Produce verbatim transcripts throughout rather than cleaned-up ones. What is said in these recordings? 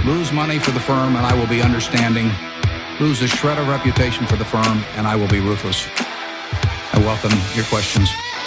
lose money for the firm and I will be understanding, lose a shred of reputation for the firm and I will be ruthless. I welcome your questions.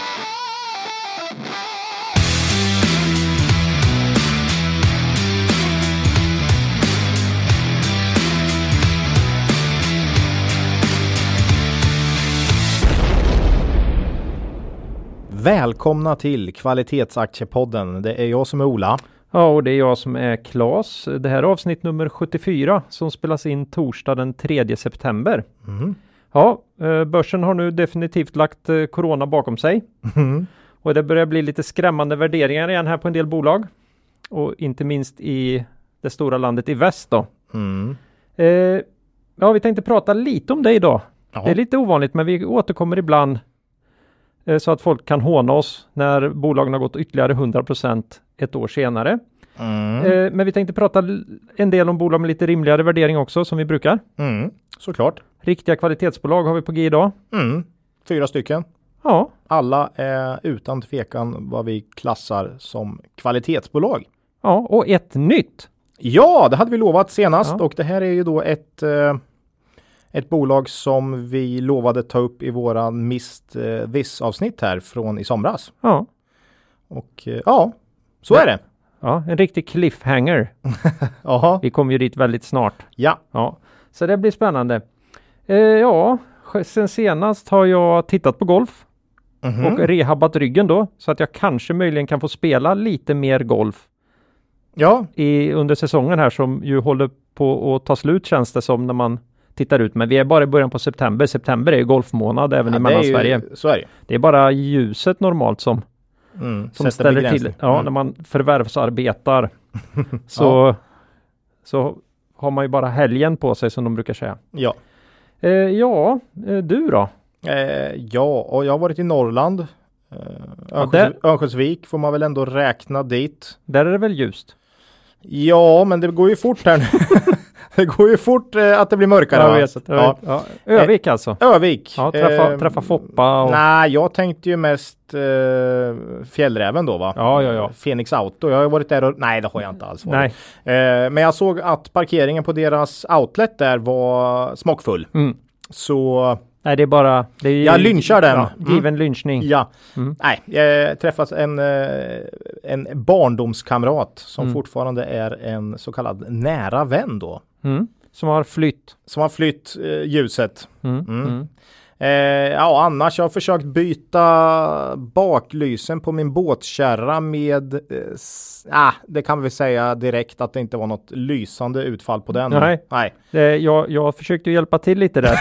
Välkomna till Kvalitetsaktiepodden. Det är jag som är Ola. Ja, och det är jag som är Claes. Det här är avsnitt nummer sjuttiofyra som spelas in torsdag den tredje september. Mm. Ja, börsen har nu definitivt lagt corona bakom sig. Mm. Och det börjar bli lite skrämmande värderingar igen här på en del bolag. Och inte minst i det stora landet i väst då. Mm. Eh, ja, vi tänkte prata lite om det idag. Ja. Det är lite ovanligt, men vi återkommer ibland eh, så att folk kan håna oss när bolagen har gått ytterligare hundra procent ett år senare. Mm. Eh, men vi tänkte prata en del om bolag med lite rimligare värdering också, som vi brukar. Mm. Såklart. Riktiga kvalitetsbolag har vi på G idag. Mm. Fyra stycken. Ja. Alla är utan tvekan vad vi klassar som kvalitetsbolag. Ja, och ett nytt. Ja, det hade vi lovat senast. Ja. Och det här är ju då ett, eh, ett bolag som vi lovade ta upp i våran Missed eh, This-avsnitt här från i somras. Ja. Och eh, ja, så ja. är det. Ja, en riktig cliffhanger. Jaha. Vi kommer ju dit väldigt snart. Ja. Ja, så det blir spännande. Eh, ja, sen senast har jag tittat på golf. Mhm. Och rehabbat ryggen då. Så att jag kanske möjligen kan få spela lite mer golf. Ja. I, under säsongen här som ju håller på att ta slut, känns det som när man tittar ut. Men vi är bara i början på september. September är ju golfmånad även Ja, i det är ju- Mellansverige. Så är det. Det är bara ljuset normalt som, Mm. som Sätter ställer till. begränsning. Ja, Mm. när man förvärvsarbetar så, så har man ju bara helgen på sig, som de brukar säga. Ja. Eh, ja, eh, du då? Eh, ja, och jag har varit i Norrland. Eh, Örnskölds- där- Örnsköldsvik får man väl ändå räkna dit. Där är det väl ljust? Ja, men det går ju fort här nu. Det går ju fort eh, att det blir mörkare. Jag va? vet, Så- jag ja. vet. Ja. Övik alltså? Övik. Ja, träffa, Eh, träffa Foppa och... Nej, jag tänkte ju mest eh, Fjällräven då va? Ja, ja, ja. Phoenix Auto. Jag har ju varit där och... Nej, det har jag inte alls varit. Nej. Eh, men jag såg att parkeringen på deras outlet där var smockfull. Mm. Så Nej, det är bara... Det är ju, jag lynchar den. Ja, given lynchning. ja, Mm. nej, jag träffat en, eh, en barndomskamrat som Mm. fortfarande är en så kallad nära vän då. Mm. Som har flytt. Som har flytt eh, ljuset. Mm. Mm. Mm. Eh, ja, annars jag har försökt byta baklysen på min båtkärra med, eh, s- ah, det kan vi säga direkt att det inte var något lysande utfall på den. Nej. Nej. Det, jag, jag försökte ju hjälpa till lite där.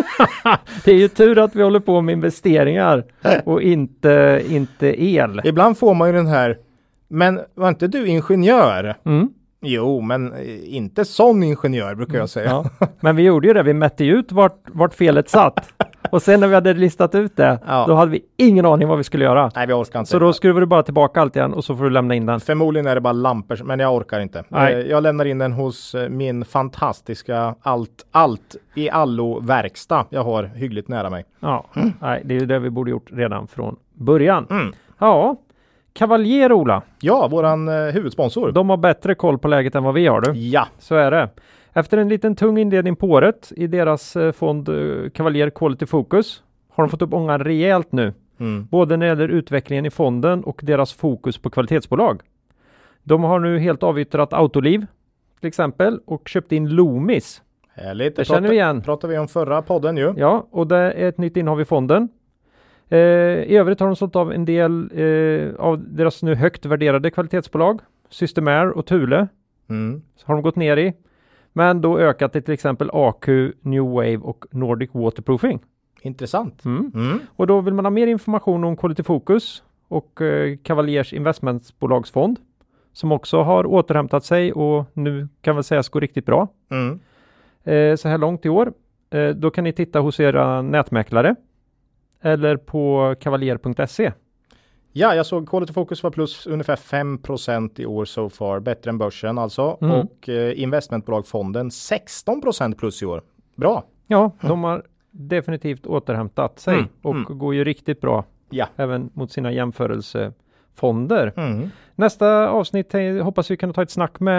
Det är ju tur att vi håller på med investeringar och inte, inte el. Ibland får man ju den här, men var inte du ingenjör? Mm. Jo, men eh, inte sån ingenjör brukar jag säga. Ja. Men vi gjorde ju det. Vi mätte ju ut vart, vart felet satt. Och sen när vi hade listat ut det, Ja. då hade vi ingen aning vad vi skulle göra. Nej, vi orkar inte. Så då skruvar du bara tillbaka allt igen och så får du lämna in den. Förmodligen är det bara lampor, men jag orkar inte. Nej. Eh, Jag lämnar in den hos eh, min fantastiska allt, allt i allo verkstad. Jag har hyggligt nära mig. Ja, nej, det är ju det vi borde gjort redan från början. Mm. Ja, Cavalier, Ola. Ja, våran eh, huvudsponsor. De har bättre koll på läget än vad vi har, du. Ja. Så är det. Efter en liten tung inledning på året i deras eh, fond eh, Cavalier Quality Focus har de fått upp ångan rejält nu. Mm. Både när det gäller utvecklingen i fonden och deras fokus på kvalitetsbolag. De har nu helt avyttrat Autoliv till exempel och köpt in Loomis. Härligt. Det känner vi igen. Pratade vi om förra podden ju. Ja, och det är ett nytt innehav i fonden. Eh, I övrigt har de sålt av en del eh, av deras nu högt värderade kvalitetsbolag. Systemair och Thule Mm. har de gått ner i. Men då ökat det till exempel A Q, New Wave och Nordic Waterproofing. Intressant. Mm. Mm. Och då vill man ha mer information om Quality Focus och eh, Cavaliers investmentbolagsfond som också har återhämtat sig och nu kan väl sägas gå riktigt bra. Mm. Eh, så här långt i år. Eh, då kan ni titta hos era nätmäklare eller på cavalier punkt se. Ja, jag såg Quality Focus var plus ungefär fem procent i år so far. Bättre än börsen alltså. Mm. Och eh, investmentbolagfonden sexton procent plus i år. Bra. Ja, de har definitivt återhämtat sig Mm, och mm. går ju riktigt bra Ja. även mot sina jämförelsefonder. Mm. Nästa avsnitt eh, hoppas vi kunna ta ett snack med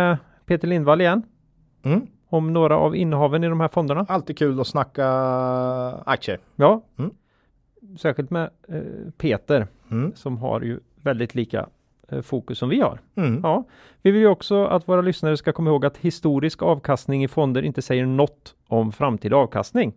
Peter Lindvall igen. Mm. Om några av innehaven i de här fonderna. Alltid kul att snacka aktier. Ja, Mm. särskilt med eh, Peter Mm. som har ju väldigt lika eh, fokus som vi har. Mm. Ja, vi vill ju också att våra lyssnare ska komma ihåg att historisk avkastning i fonder inte säger något om framtida avkastning.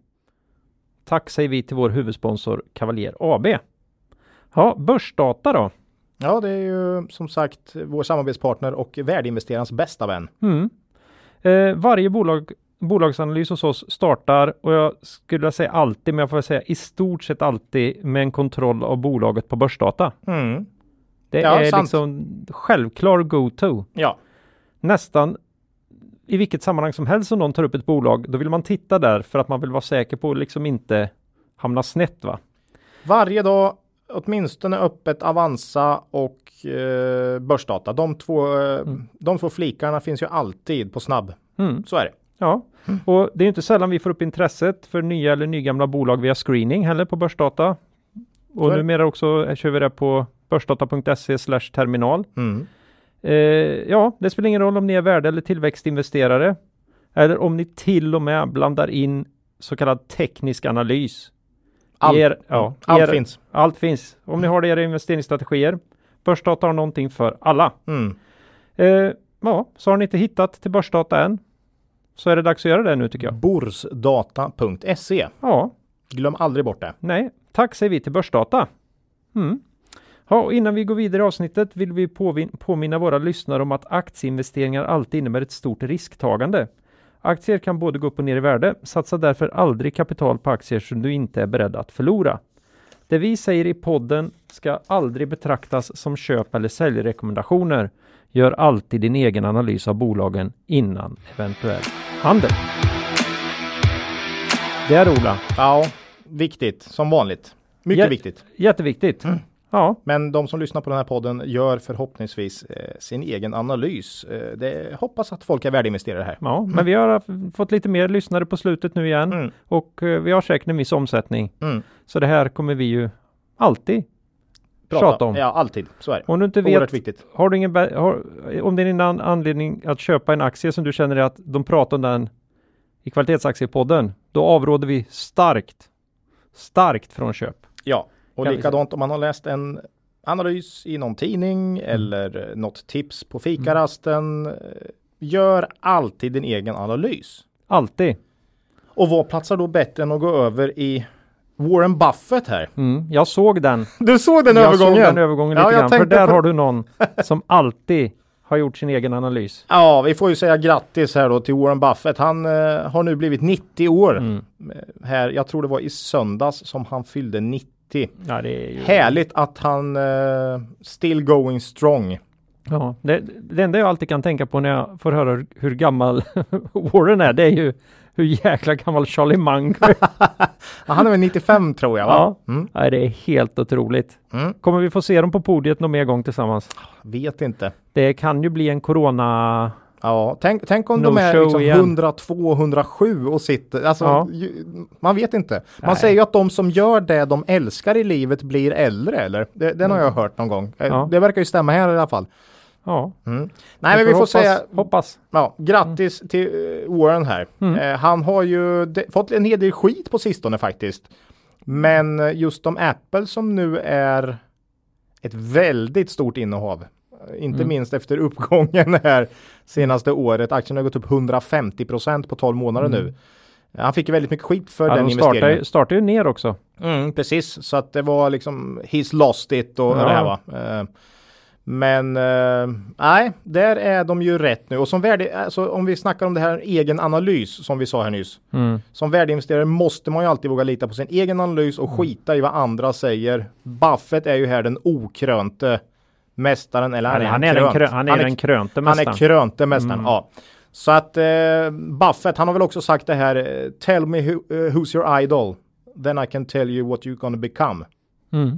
Tack säger vi till vår huvudsponsor Cavalier A B. Ja, börsdata då. Ja, det är ju som sagt vår samarbetspartner och värdeinvesterarens bästa vän. Mm. Eh, varje bolag, bolagsanalys hos oss startar, och jag skulle säga alltid, men jag får säga i stort sett alltid, med en kontroll av bolaget på börsdata. Mm. Det Ja, är sant. liksom självklar go-to. Ja. Nästan i vilket sammanhang som helst som någon tar upp ett bolag, då vill man titta där för att man vill vara säker på att liksom inte hamna snett, va? Varje dag åtminstone öppet Avanza och eh, börsdata. De två, eh, Mm. de två flikarna finns ju alltid på snabb. Mm. Så är det. Ja, och det är inte sällan vi får upp intresset för nya eller nygamla bolag via screening heller på börsdata. Så Och är det. numera också kör vi det på börsdata punkt se slash terminal. Mm. Eh, ja, det spelar ingen roll om ni är värde- eller tillväxtinvesterare. Eller om ni till och med blandar in så kallad teknisk analys. Allt, Er, ja, allt er, finns. Allt finns. Om ni har det i era investeringsstrategier. Börsdata har någonting för alla. Mm. Eh, ja, så har ni inte hittat till börsdata än, så är det dags att göra det nu tycker jag. Borsdata punkt se. Ja, Glöm aldrig bort det. nej. Tack säger vi till börsdata. Mm. Ja, och innan vi går vidare i avsnittet vill vi påvin- påminna våra lyssnare om att aktieinvesteringar alltid innebär ett stort risktagande. Aktier kan både gå upp och ner i värde. Satsa därför aldrig kapital på aktier som du inte är beredd att förlora. Det vi säger i podden ska aldrig betraktas som köp- eller säljrekommendationer. Gör alltid din egen analys av bolagen innan eventuell handel. Det är Ola. Ja, viktigt. Som vanligt. Mycket Jä- viktigt. Jätteviktigt. Ja, Men de som lyssnar på den här podden gör förhoppningsvis eh, sin egen analys. Eh, det hoppas att folk är värdeinvesterare här. ja. men vi har fått lite mer lyssnare på slutet nu igen. Mm. Och eh, vi har säkert en viss omsättning. Mm. Så det här kommer vi ju alltid tjata om. Ja, alltid. Så är det. Om du inte Oerhört vet, viktigt. har du ingen, bä- har, om det är en an- anledning att köpa en aktie som du känner att de pratar om den i kvalitetsaktiepodden, då avråder vi starkt, starkt från köp. Ja, och Kan vi likadant om man har läst en analys i någon tidning Mm. eller något tips på fikarasten. eh, Gör alltid din egen analys. Alltid. Och vad platsar då bättre än att gå över i Warren Buffett här? Mm. Jag såg den. Du såg den jag övergången? såg den övergången Ja, lite jag grann. För tänkte där på- har du någon som alltid har gjort sin egen analys. Ja, vi får ju säga grattis här då till Warren Buffett. Han eh, har nu blivit nittio år. Mm. Eh, Här, jag tror det var i söndags som han fyllde nittio. Ja, det är ju... Härligt att han eh, still going strong. Ja, det, det enda jag alltid kan tänka på när jag får höra hur, hur gammal Warren är, det är ju hur jäkla gammal Charlie Munger är. Ja, han är väl nittiofem tror jag, va? Ja, Mm. Nej, det är helt otroligt. Mm. Kommer vi få se dem på podiet någon mer gång tillsammans? Vet inte. Det kan ju bli en corona... Ja, tänk, tänk om No de är show liksom igen. hundratvå hundrasju och sitter. Alltså, Ja. ju, man vet inte. Man Nej. säger ju att de som gör det de älskar i livet blir äldre, eller? Det, den har jag hört någon gång. Eh, Ja. Det verkar ju stämma här i alla fall. Ja, Mm. Nej, men vi får hoppas, säga Hoppas. ja, grattis till eh, Warren här. Mm. Eh, han har ju de, fått en hel del skit på sistone faktiskt. Men eh, just om Apple som nu är ett väldigt stort innehav. Eh, Inte Mm. minst efter uppgången här senaste året. Aktien har gått upp hundrafemtio procent på tolv månader Mm. nu. Han fick ju väldigt mycket skit för Ja, den de investeringen. startar, startar ju ner också. Mm, precis, så att det var liksom he's lost it och Ja. det här va. Eh, Men eh, nej, där är de ju rätt nu. Och som värde, alltså, om vi snackar om det här egen analys som vi sa här nyss. Mm. Som värdeinvesterare måste man ju alltid våga lita på sin egen analys och skita i vad andra säger. Buffett är ju här den okrönte mästaren. Eller Han, han, han är är den, krönt. krö, han är den krönte han mästaren. är krönte mästaren, Mm. ja. Så att eh, Buffett, han har väl också sagt det här. eh, Tell me who, uh, who's your idol. Then I can tell you what you're gonna become. Mm.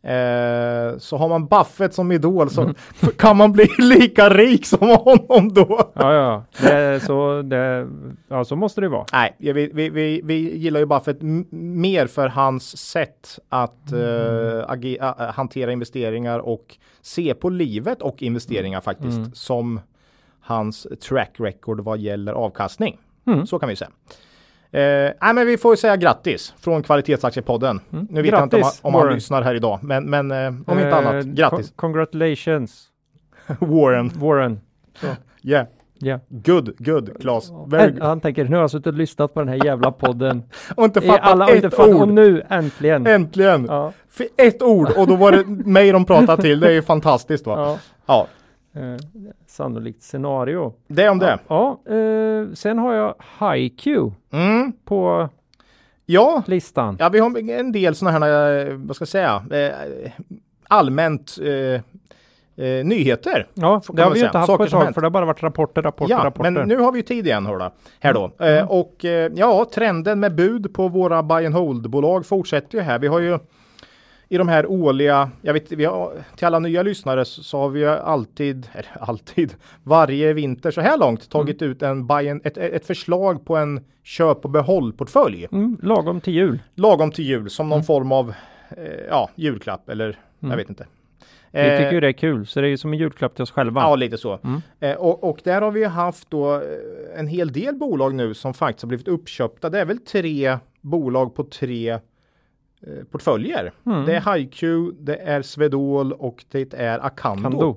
Eh, så har man Buffett som idol så kan man bli lika rik som honom då. Ja, ja. Det är så, det, ja, så måste det vara. Nej, vi, vi, vi, vi gillar ju Buffett m- mer för hans sätt att eh, age- ä- hantera investeringar och se på livet och investeringar faktiskt Mm. som hans track record vad gäller avkastning. Mm. Så kan vi säga. Eh, nej, men vi får säga grattis från Kvalitetsaktiepodden. Mm. Nu vet Grattis, jag inte om, om han Warren. lyssnar här idag, men, men eh, om inte annat, grattis. Con- congratulations Warren. Warren. Yeah. Yeah. Good, good, Claes. Very good. Han tänker, nu har jag suttit och lyssnat på den här jävla podden. Och inte I fattat alla, och ett inte fatt, ord. och nu äntligen. Äntligen. Ja. För ett ord och då var det mig de pratade till. Det är ju fantastiskt va? Ja. Ja. Eh, sannolikt scenario. Det är om det. Ja, ja eh, sen har jag HiQ Mm. på Ja. listan. Ja, vi har en del sådana här, eh, vad ska jag säga, eh, allmänt eh, eh, nyheter. Ja, Får det man har vi ju säga. inte haft Saker på ett som tag hänt. för det har bara varit rapporter, rapporter, Ja, rapporter. men nu har vi ju tid igen hörda, här då. Mm. Eh, och eh, ja, trenden med bud på våra buy and hold-bolag fortsätter ju här. Vi har ju i de här årliga, jag vet, vi har, till alla nya lyssnare så, så har vi ju alltid, eller alltid, varje vinter så här långt tagit Mm. ut en buy and, ett, ett förslag på en köp och behåll-portfölj. Mm, lagom till jul. Lagom till jul som någon Mm. form av eh, ja, julklapp eller Mm. jag vet inte. Vi tycker ju det är kul, så det är ju som en julklapp till oss själva. Ja, lite så. Mm. Eh, och, och där har vi haft då eh, en hel del bolag nu som faktiskt har blivit uppköpta. Det är väl tre bolag på tre eh, portföljer. Mm. Det är HiQ, det är Swedol och det är Acando. Kando.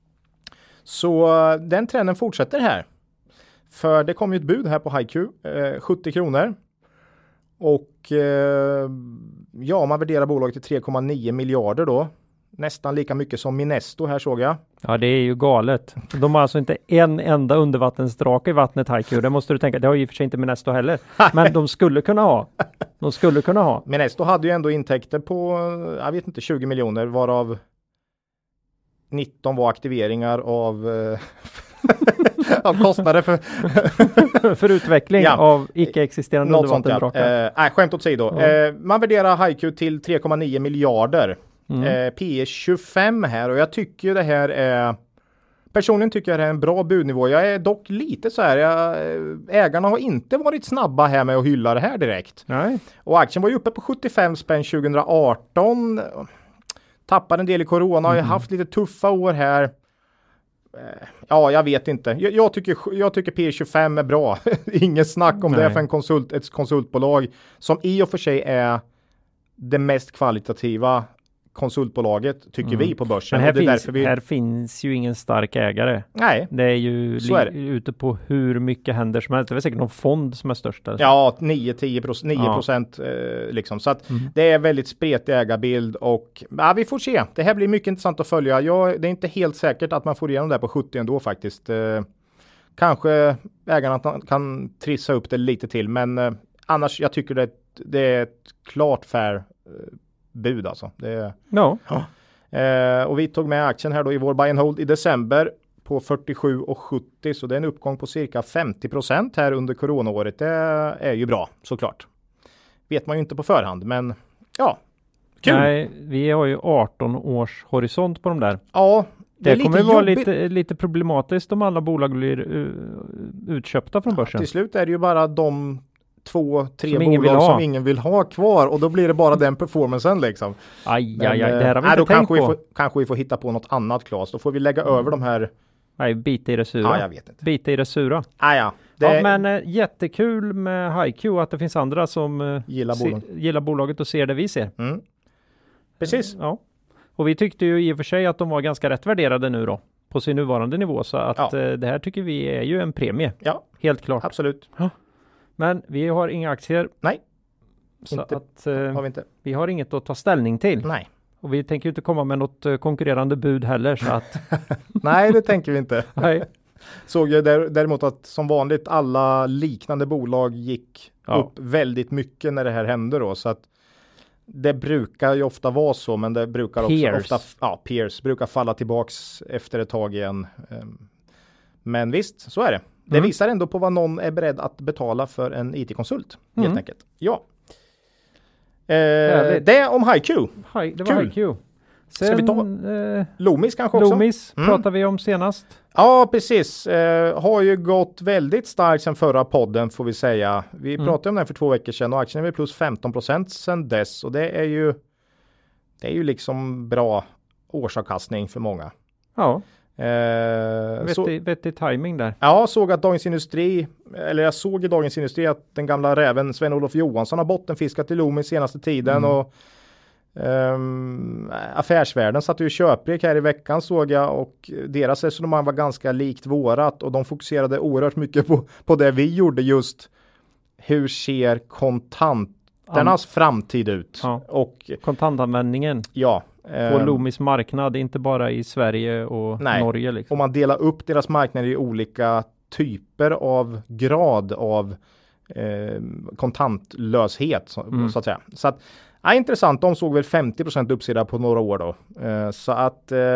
Så eh, den trenden fortsätter här. För det kom ju ett bud här på HiQ, eh, sjuttio kronor. Och eh, ja, man värderar bolaget till tre komma nio miljarder då. Nästan lika mycket som Minesto här såg jag. Ja, det är ju galet. De har alltså inte en enda undervattensdrake i vattnet, HiQ. Det måste du tänka. Det har ju i och för sig inte Minesto heller. Men de skulle kunna ha. De skulle kunna ha. Minesto hade ju ändå intäkter på, jag vet inte, tjugo miljoner varav nitton var aktiveringar av, eh, av kostnader för För utveckling Ja. av icke-existerande något sånt. Ja. undervattensdrakar. Eh, nej, skämt åsido. Ja. Eh, man värderar HiQ till tre komma nio miljarder. Mm. Eh, P E tjugofem här och jag tycker ju det här är personligen tycker jag det är en bra budnivå. Jag är dock lite så här, jag, ägarna har inte varit snabba här med att hylla det här direkt. Nej. Och aktien var ju uppe på sjuttiofem spänn tjugo arton. Tappade en del i corona, har ju Mm. haft lite tuffa år här. Eh, Ja, jag vet inte. Jag, jag, tycker, jag tycker P E tjugofem är bra. Ingen snack om Nej. det för en konsult, ett konsultbolag som i och för sig är det mest kvalitativa konsultbolaget tycker Mm. vi på börsen. Men här Och det är finns, därför vi... här finns ju ingen stark ägare. Nej, Det är ju Så är det. li- ute på hur mycket händer som helst. Det är säkert någon fond som är störst. Eller så. ja, nio till tio procent, nio Ja. procent eh, liksom. Så att Mm. det är väldigt spretig ägarbild och ja, vi får se. Det här blir mycket intressant att följa. Jag, det är inte helt säkert att man får igenom det här på sjuttio ändå faktiskt. Eh, kanske ägarna kan, kan trissa upp det lite till, men eh, annars jag tycker det, det är ett klart fair eh, bud alltså. Det är, Ja. Eh, och vi tog med aktien här då i vår buy and hold i december på fyrtiosju och sjuttio, så det är en uppgång på cirka femtio procent här under coronaåret. Det är ju bra såklart. Vet man ju inte på förhand, men ja, kul. Nej, vi har ju arton års horisont på de där. Ja, det, Det, är lite kommer vara jobbigt. lite, lite problematiskt om alla bolag blir uh, utköpta från börsen. Till slut är det ju bara de två, tre Som ingen bolag vill ha. som ingen vill ha kvar och då blir det bara den performancen liksom. Aj, Men, aj, aj, det här har vi eh, inte då tänkt kanske vi, på. får, kanske vi får hitta på något annat, Claes. Då får vi lägga över de här. Nej, bita i det sura. Ja, jag vet inte. Bita i det sura. Ah, ja, det Ja, men eh, jättekul med HiQ att det finns andra som eh, gillar se, bolag. gillar bolaget och ser det vi ser. Mm. Precis. Ja. Och vi tyckte ju i och för sig att de var ganska rätt värderade nu då på sin nuvarande nivå, så att Ja. eh, det här tycker vi är ju en premie. Ja, Helt klart. absolut. Men vi har inga aktier. Nej, Så inte. att eh, Har vi inte. vi har inget att ta ställning till. Nej. Och vi tänker ju inte komma med något eh, konkurrerande bud heller, så att Nej, det tänker vi inte. nej. Såg jag där, däremot att som vanligt alla liknande bolag gick Ja. upp väldigt mycket när det här hände då. Så att det brukar ju ofta vara så, men det brukar också Peers. ofta, ja, peers brukar falla tillbaks efter ett tag igen. Ehm, Men visst, så är det. Det Mm. visar ändå på vad någon är beredd att betala för en I T-konsult, helt Mm. enkelt. Ja. Eh, Härligt. det om HiQ. Hi, det var Kul. HiQ. Sen, Ska vi ta- eh, Loomis kanske också? Loomis Mm. pratade vi om senast. Ja, precis. Eh, har ju gått väldigt starkt sedan förra podden får vi säga. Vi Mm. pratade om den för två veckor sedan och aktien är väl plus femton procent sedan dess. Och det är ju det är ju liksom bra årsavkastning för många. Ja. Eh, så, Vettig, vettig timing där. ja, såg att Dagens Industri, eller jag såg i Dagens Industri att den gamla räven Sven-Olof Johansson har bottenfiskat i Loomis senaste tiden Mm. och Um, Affärsvärlden satt ju köprek här i veckan såg jag och deras resonemang var ganska likt vårat och de fokuserade oerhört mycket på, på det vi gjorde just hur ser kontanternas An- framtid ut ja. och kontantanvändningen ja, på um, Loomis marknad, inte bara i Sverige och nej, Norge liksom. Och man delar upp deras marknader i olika typer av grad av eh, kontantlöshet så, mm. så att säga. Så att ja, intressant, de såg väl femtio procent uppsida på några år då. Eh, så att eh,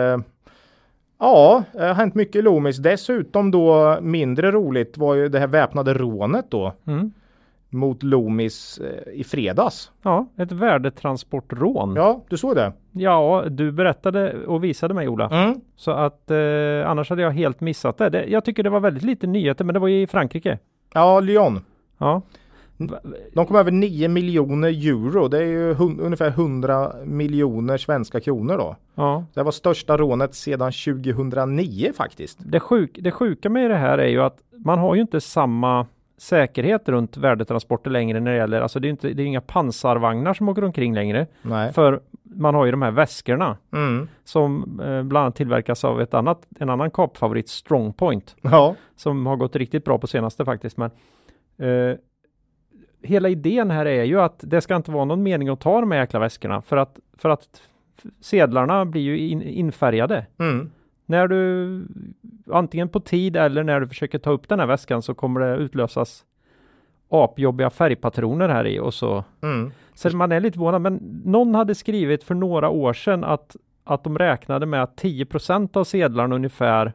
ja, det har hänt mycket i Loomis. Dessutom då mindre roligt var ju det här väpnade rånet då mm. mot Loomis eh, i fredags. Ja, ett värdetransportrån. Ja, du såg det? Ja, du berättade och visade mig Ola. Mm. Så att eh, annars hade jag helt missat det. det. Jag tycker det var väldigt lite nyheter, men det var ju i Frankrike. Ja, Lyon. Ja. De kom över nio miljoner euro. Det är ju hun- ungefär hundra miljoner svenska kronor då. Ja. Det var största rånet sedan tjugohundranio faktiskt. Det, sjuk- det sjuka med det här är ju att man har ju inte samma säkerhet runt värdetransporter längre när det gäller, alltså det är inte, det är inga pansarvagnar som åker omkring längre. Nej. För man har ju de här väskorna mm. som eh, bland annat tillverkas av ett annat, en annan kapfavorit, Strongpoint. Ja. Som har gått riktigt bra på senaste faktiskt. Men eh, hela idén här är ju att det ska inte vara någon mening att ta de här jäkla väskorna för att, för att sedlarna blir ju in, infärgade. Mm. När du antingen på tid eller när du försöker ta upp den här väskan så kommer det utlösas apjobbiga färgpatroner här i och så. Mm. Så man är lite förvånad, men någon hade skrivit för några år sedan att, att de räknade med att tio procent av sedlarna ungefär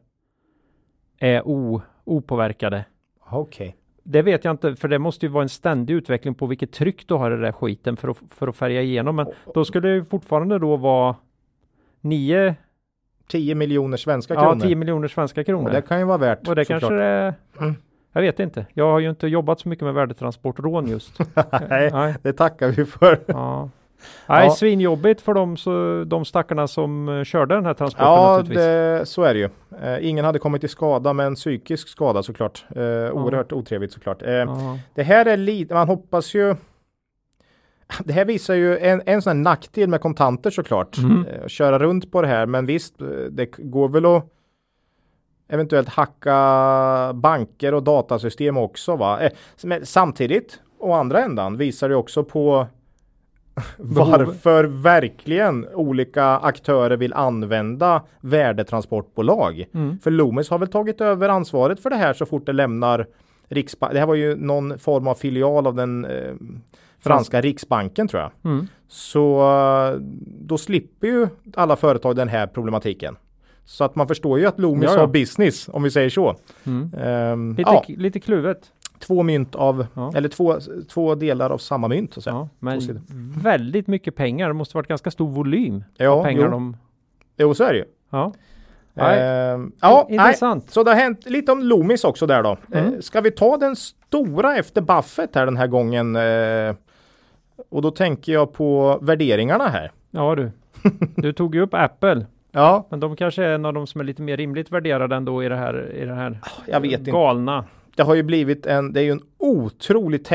är o, opåverkade. Okej. Okay. Det vet jag inte, för det måste ju vara en ständig utveckling på vilket tryck du har i den där skiten för att, för att färga igenom. Men då skulle det fortfarande då vara nio tio miljoner svenska kronor. Ja, tio miljoner svenska kronor. Och det kan ju vara värt. Och det kanske klart. det, mm. jag vet inte. Jag har ju inte jobbat så mycket med värdetransportrån just. Nej, Nej, det tackar vi för. Ja. Nej, ja. Svinjobbigt för dem, så, de stackarna som körde den här transporten ja, naturligtvis. Ja, så är det ju. Eh, ingen hade kommit till skada, men psykisk skada såklart. Eh, ja. Oerhört otrevligt såklart. Eh, ja. Det här är lite, man hoppas ju, det här visar ju en, en sån här nackdel med kontanter såklart. Mm. Eh, köra runt på det här, men visst, det går väl att eventuellt hacka banker och datasystem också va. Eh, men samtidigt, å andra ändan, visar det också på varför verkligen olika aktörer vill använda värdetransportbolag. Mm. För Loomis har väl tagit över ansvaret för det här så fort det lämnar Riksbanken. Det här var ju någon form av filial av den eh, franska Riksbanken tror jag. Mm. Så då slipper ju alla företag den här problematiken. Så att man förstår ju att Loomis ja, ja. har business, om vi säger så. Mm. Um, lite, ja. lite kluvet. Två mynt av, ja. eller två, två delar av samma mynt. Så att säga. Ja, men väldigt mycket pengar. Det måste varit ganska stor volym. Ja, pengar jo. De... jo, så är det ju. Ja. Ehm, ja, intressant. Nej. Så det har hänt lite om Loomis också där då. Mm. Ehm, ska vi ta den stora efter Buffett här den här gången? Ehm, och då tänker jag på värderingarna här. Ja du. Du tog ju upp Apple. Ja. Men de kanske är en av de som är lite mer rimligt värderade ändå i det här, i det här jag vet galna. Inte. Det har ju blivit en, det är ju en otrolig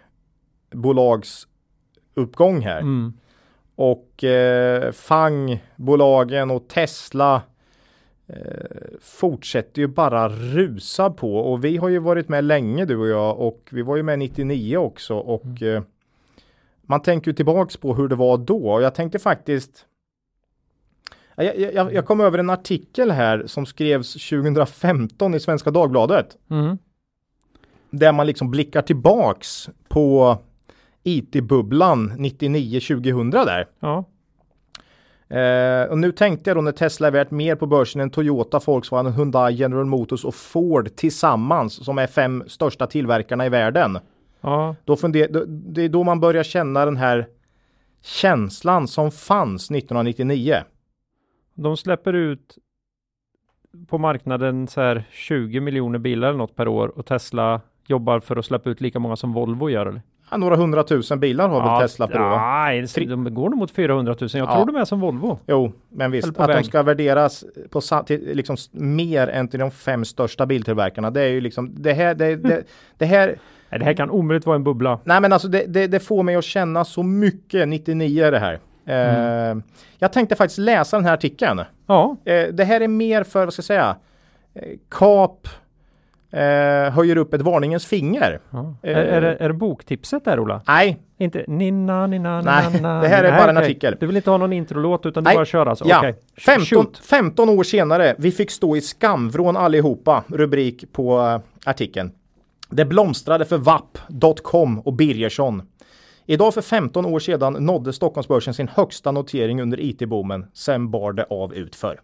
techbolagsuppgång här. Mm. Och eh, F A N G-bolagen och Tesla eh, fortsätter ju bara rusa på. Och vi har ju varit med länge du och jag och vi var ju med nittionio också. Och mm. eh, man tänker ju tillbaks på hur det var då. Och jag tänkte faktiskt Jag, jag, jag kom över en artikel här som skrevs tjugohundrafemton i Svenska Dagbladet. Mm. Där man liksom blickar tillbaks på I T-bubblan nittionio tjugohundra där. Ja. Eh, och nu tänkte jag då när Tesla är värt mer på börsen än Toyota, Volkswagen, Hyundai, General Motors och Ford tillsammans som är fem största tillverkarna i världen. Ja. Då funder, då, det är då man börjar känna den här känslan som fanns nittonhundranittionio. De släpper ut på marknaden så här tjugo miljoner bilar eller något per år och Tesla jobbar för att släppa ut lika många som Volvo gör eller? Ja, några hundratusen bilar har ja, väl Tesla på. Nej, de går nog mot fyrahundratusen. Jag ja. tror de är som Volvo. Jo, men visst. Att väg. de ska värderas på till, liksom, mer än till de fem största biltillverkarna. Det är ju liksom, det här, det, det, det här... Nej, det här kan omöjligt vara en bubbla. Nej, men alltså det, det, det får mig att känna så mycket nittionio det här. Mm. Eh, jag tänkte faktiskt läsa den här artikeln. Ja. Eh, det här är mer för, vad ska jag säga, eh, kap... Eh, höjer upp ett varningens finger. Ja. Eh, är, är, det, är det boktipset där, Ola? Nej. Inte nina, nina, nej, nina, det här är nej, bara en nej. artikel. Du vill inte ha någon introlåt utan du nej. bara kör alltså? Ja. Okay. femton, femton år senare, vi fick stå i skamvrån allihopa, rubrik på uh, artikeln. Det blomstrade för V A P dot com och Birgersson. Idag för femton år sedan nådde Stockholmsbörsen sin högsta notering under I T-boomen. Sen bar det av utför.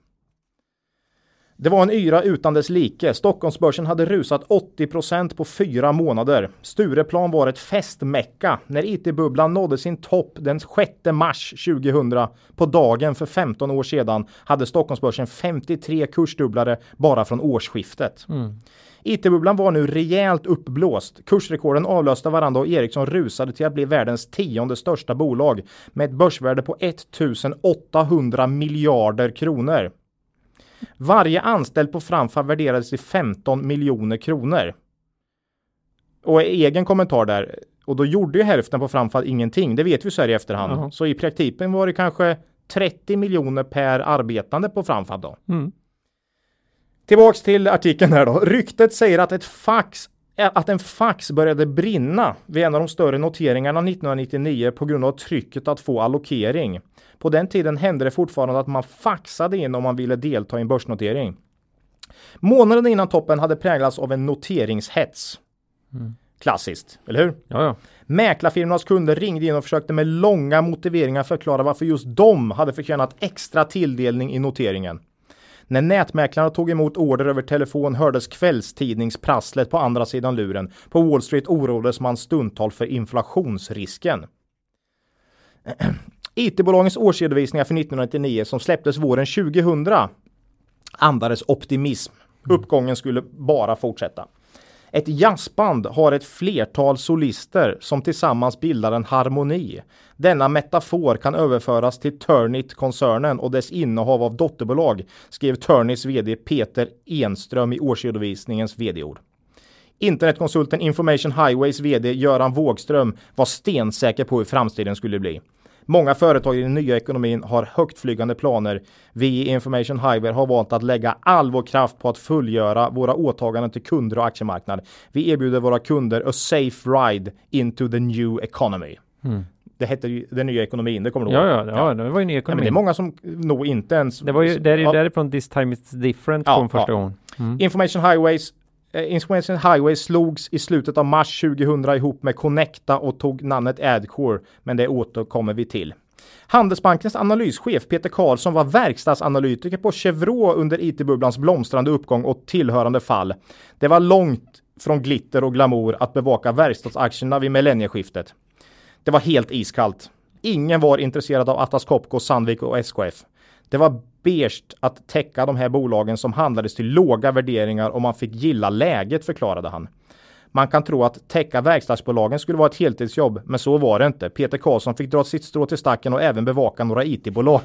Det var en yra utan dess like. Stockholmsbörsen hade rusat åttio procent på fyra månader. Stureplan var ett festmecka när I T-bubblan nådde sin topp den sjätte mars tjugohundra. På dagen för femton år sedan hade Stockholmsbörsen femtiotre kursdubblare bara från årsskiftet. Mm. I T-bubblan var nu rejält uppblåst. Kursrekorden avlöste varandra och Ericsson rusade till att bli världens tionde största bolag med ett börsvärde på ettusenåttahundra miljarder kronor. Varje anställd på Framfab värderades till femton miljoner kronor. Och egen kommentar där. Och då gjorde ju hälften på Framfab ingenting. Det vet vi så här i efterhand. Uh-huh. Så i praktiken var det kanske trettio miljoner per arbetande på Framfab då. Mm. Tillbaks till artikeln här då. Ryktet säger att ett fax att en fax började brinna vid en av de större noteringarna nittonhundranittionio på grund av trycket att få allokering. På den tiden hände det fortfarande att man faxade in om man ville delta i en börsnotering. Månaden innan toppen hade präglats av en noteringshets. Mm. Klassiskt, eller hur? Ja, ja. Mäklarfirmornas kunder ringde in och försökte med långa motiveringar förklara varför just de hade förtjänat extra tilldelning i noteringen. När nätmäklarna tog emot order över telefon hördes kvällstidningsprasslet på andra sidan luren. På Wall Street oroades man stundtal för inflationsrisken. I T-bolagens årsredovisningar för nittonhundranittionio som släpptes våren tjugohundra andades optimism. Uppgången skulle bara fortsätta. Ett jazzband har ett flertal solister som tillsammans bildar en harmoni. Denna metafor kan överföras till Turnit-koncernen och dess innehav av dotterbolag, skrev Turnits vd Peter Enström i årsredovisningens vd-ord. Internetkonsulten Information Highways vd Göran Wågström var stensäker på hur framtiden skulle bli. Många företag i den nya ekonomin har högtflygande planer. Vi i Information Highway har valt att lägga all vår kraft på att fullgöra våra åtaganden till kunder och aktiemarknad. Vi erbjuder våra kunder a safe ride into the new economy. Mm. Det heter ju den nya ekonomin, det kommer du ihåg. Ja, ja, ja, det var ju ny ekonomi. Ja, men det är många som nog inte ens... Det var ju där, ja. Därifrån This Time It's Different ja, kom första ja. gången. Mm. Information Highways Information Highways slogs i slutet av mars tjugohundra ihop med Connecta och tog namnet Adcore, men det återkommer vi till. Handelsbankens analyschef Peter Karlsson var verkstadsanalytiker på Chevron under I T-bubblans blomstrande uppgång och tillhörande fall. Det var långt från glitter och glamour att bevaka verkstadsaktierna vid millennieskiftet. Det var helt iskallt. Ingen var intresserad av Atlas Copco, Sandvik och S K F. Det var beige att täcka de här bolagen som handlades till låga värderingar och man fick gilla läget, förklarade han. Man kan tro att täcka verkstadsbolagen skulle vara ett heltidsjobb, men så var det inte. Peter Karlsson fick dra sitt strå till stacken och även bevaka några I T-bolag.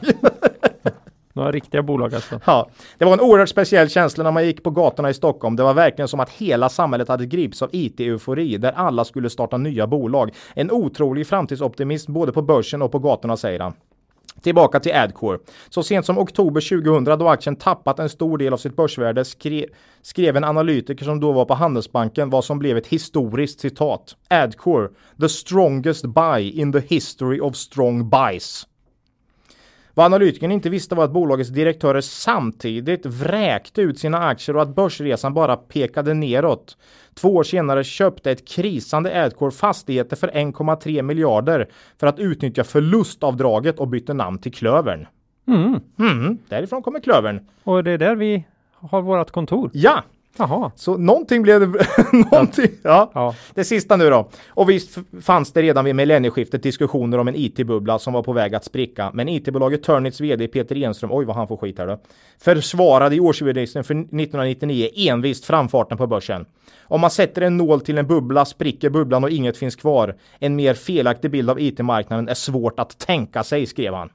Några riktiga bolag alltså. Ja, det var en oerhört speciell känsla när man gick på gatorna i Stockholm. Det var verkligen som att hela samhället hade grips av I T-eufori där alla skulle starta nya bolag. En otrolig framtidsoptimism både på börsen och på gatorna, säger han. Tillbaka till Adcore. Så sent som oktober tjugohundra, då aktien tappat en stor del av sitt börsvärde, skrev, skrev en analytiker som då var på Handelsbanken vad som blev ett historiskt citat. Adcore, the strongest buy in the history of strong buys. Vad analytikern inte visste var att bolagets direktörer samtidigt vräkte ut sina aktier och att börsresan bara pekade neråt. Två år senare köpte ett krisande Adcore fastigheter för en komma tre miljarder för att utnyttja förlustavdraget och bytte namn till Klövern. Mm. Mm, därifrån kommer Klövern. Och det är där vi har vårt kontor. Ja, Jaha. Så någonting blev det. någonting, ja. Ja. Det sista nu då. Och visst fanns det redan vid millennieskiftet diskussioner om en I T-bubbla som var på väg att spricka. Men I T-bolaget Turnits vd Peter Enström, oj vad han får skit här då, försvarade i årsredovisningen för nittonhundranittionio envist framfarten på börsen. Om man sätter en nål till en bubbla spricker bubblan och inget finns kvar. En mer felaktig bild av I T-marknaden är svårt att tänka sig, skrev han.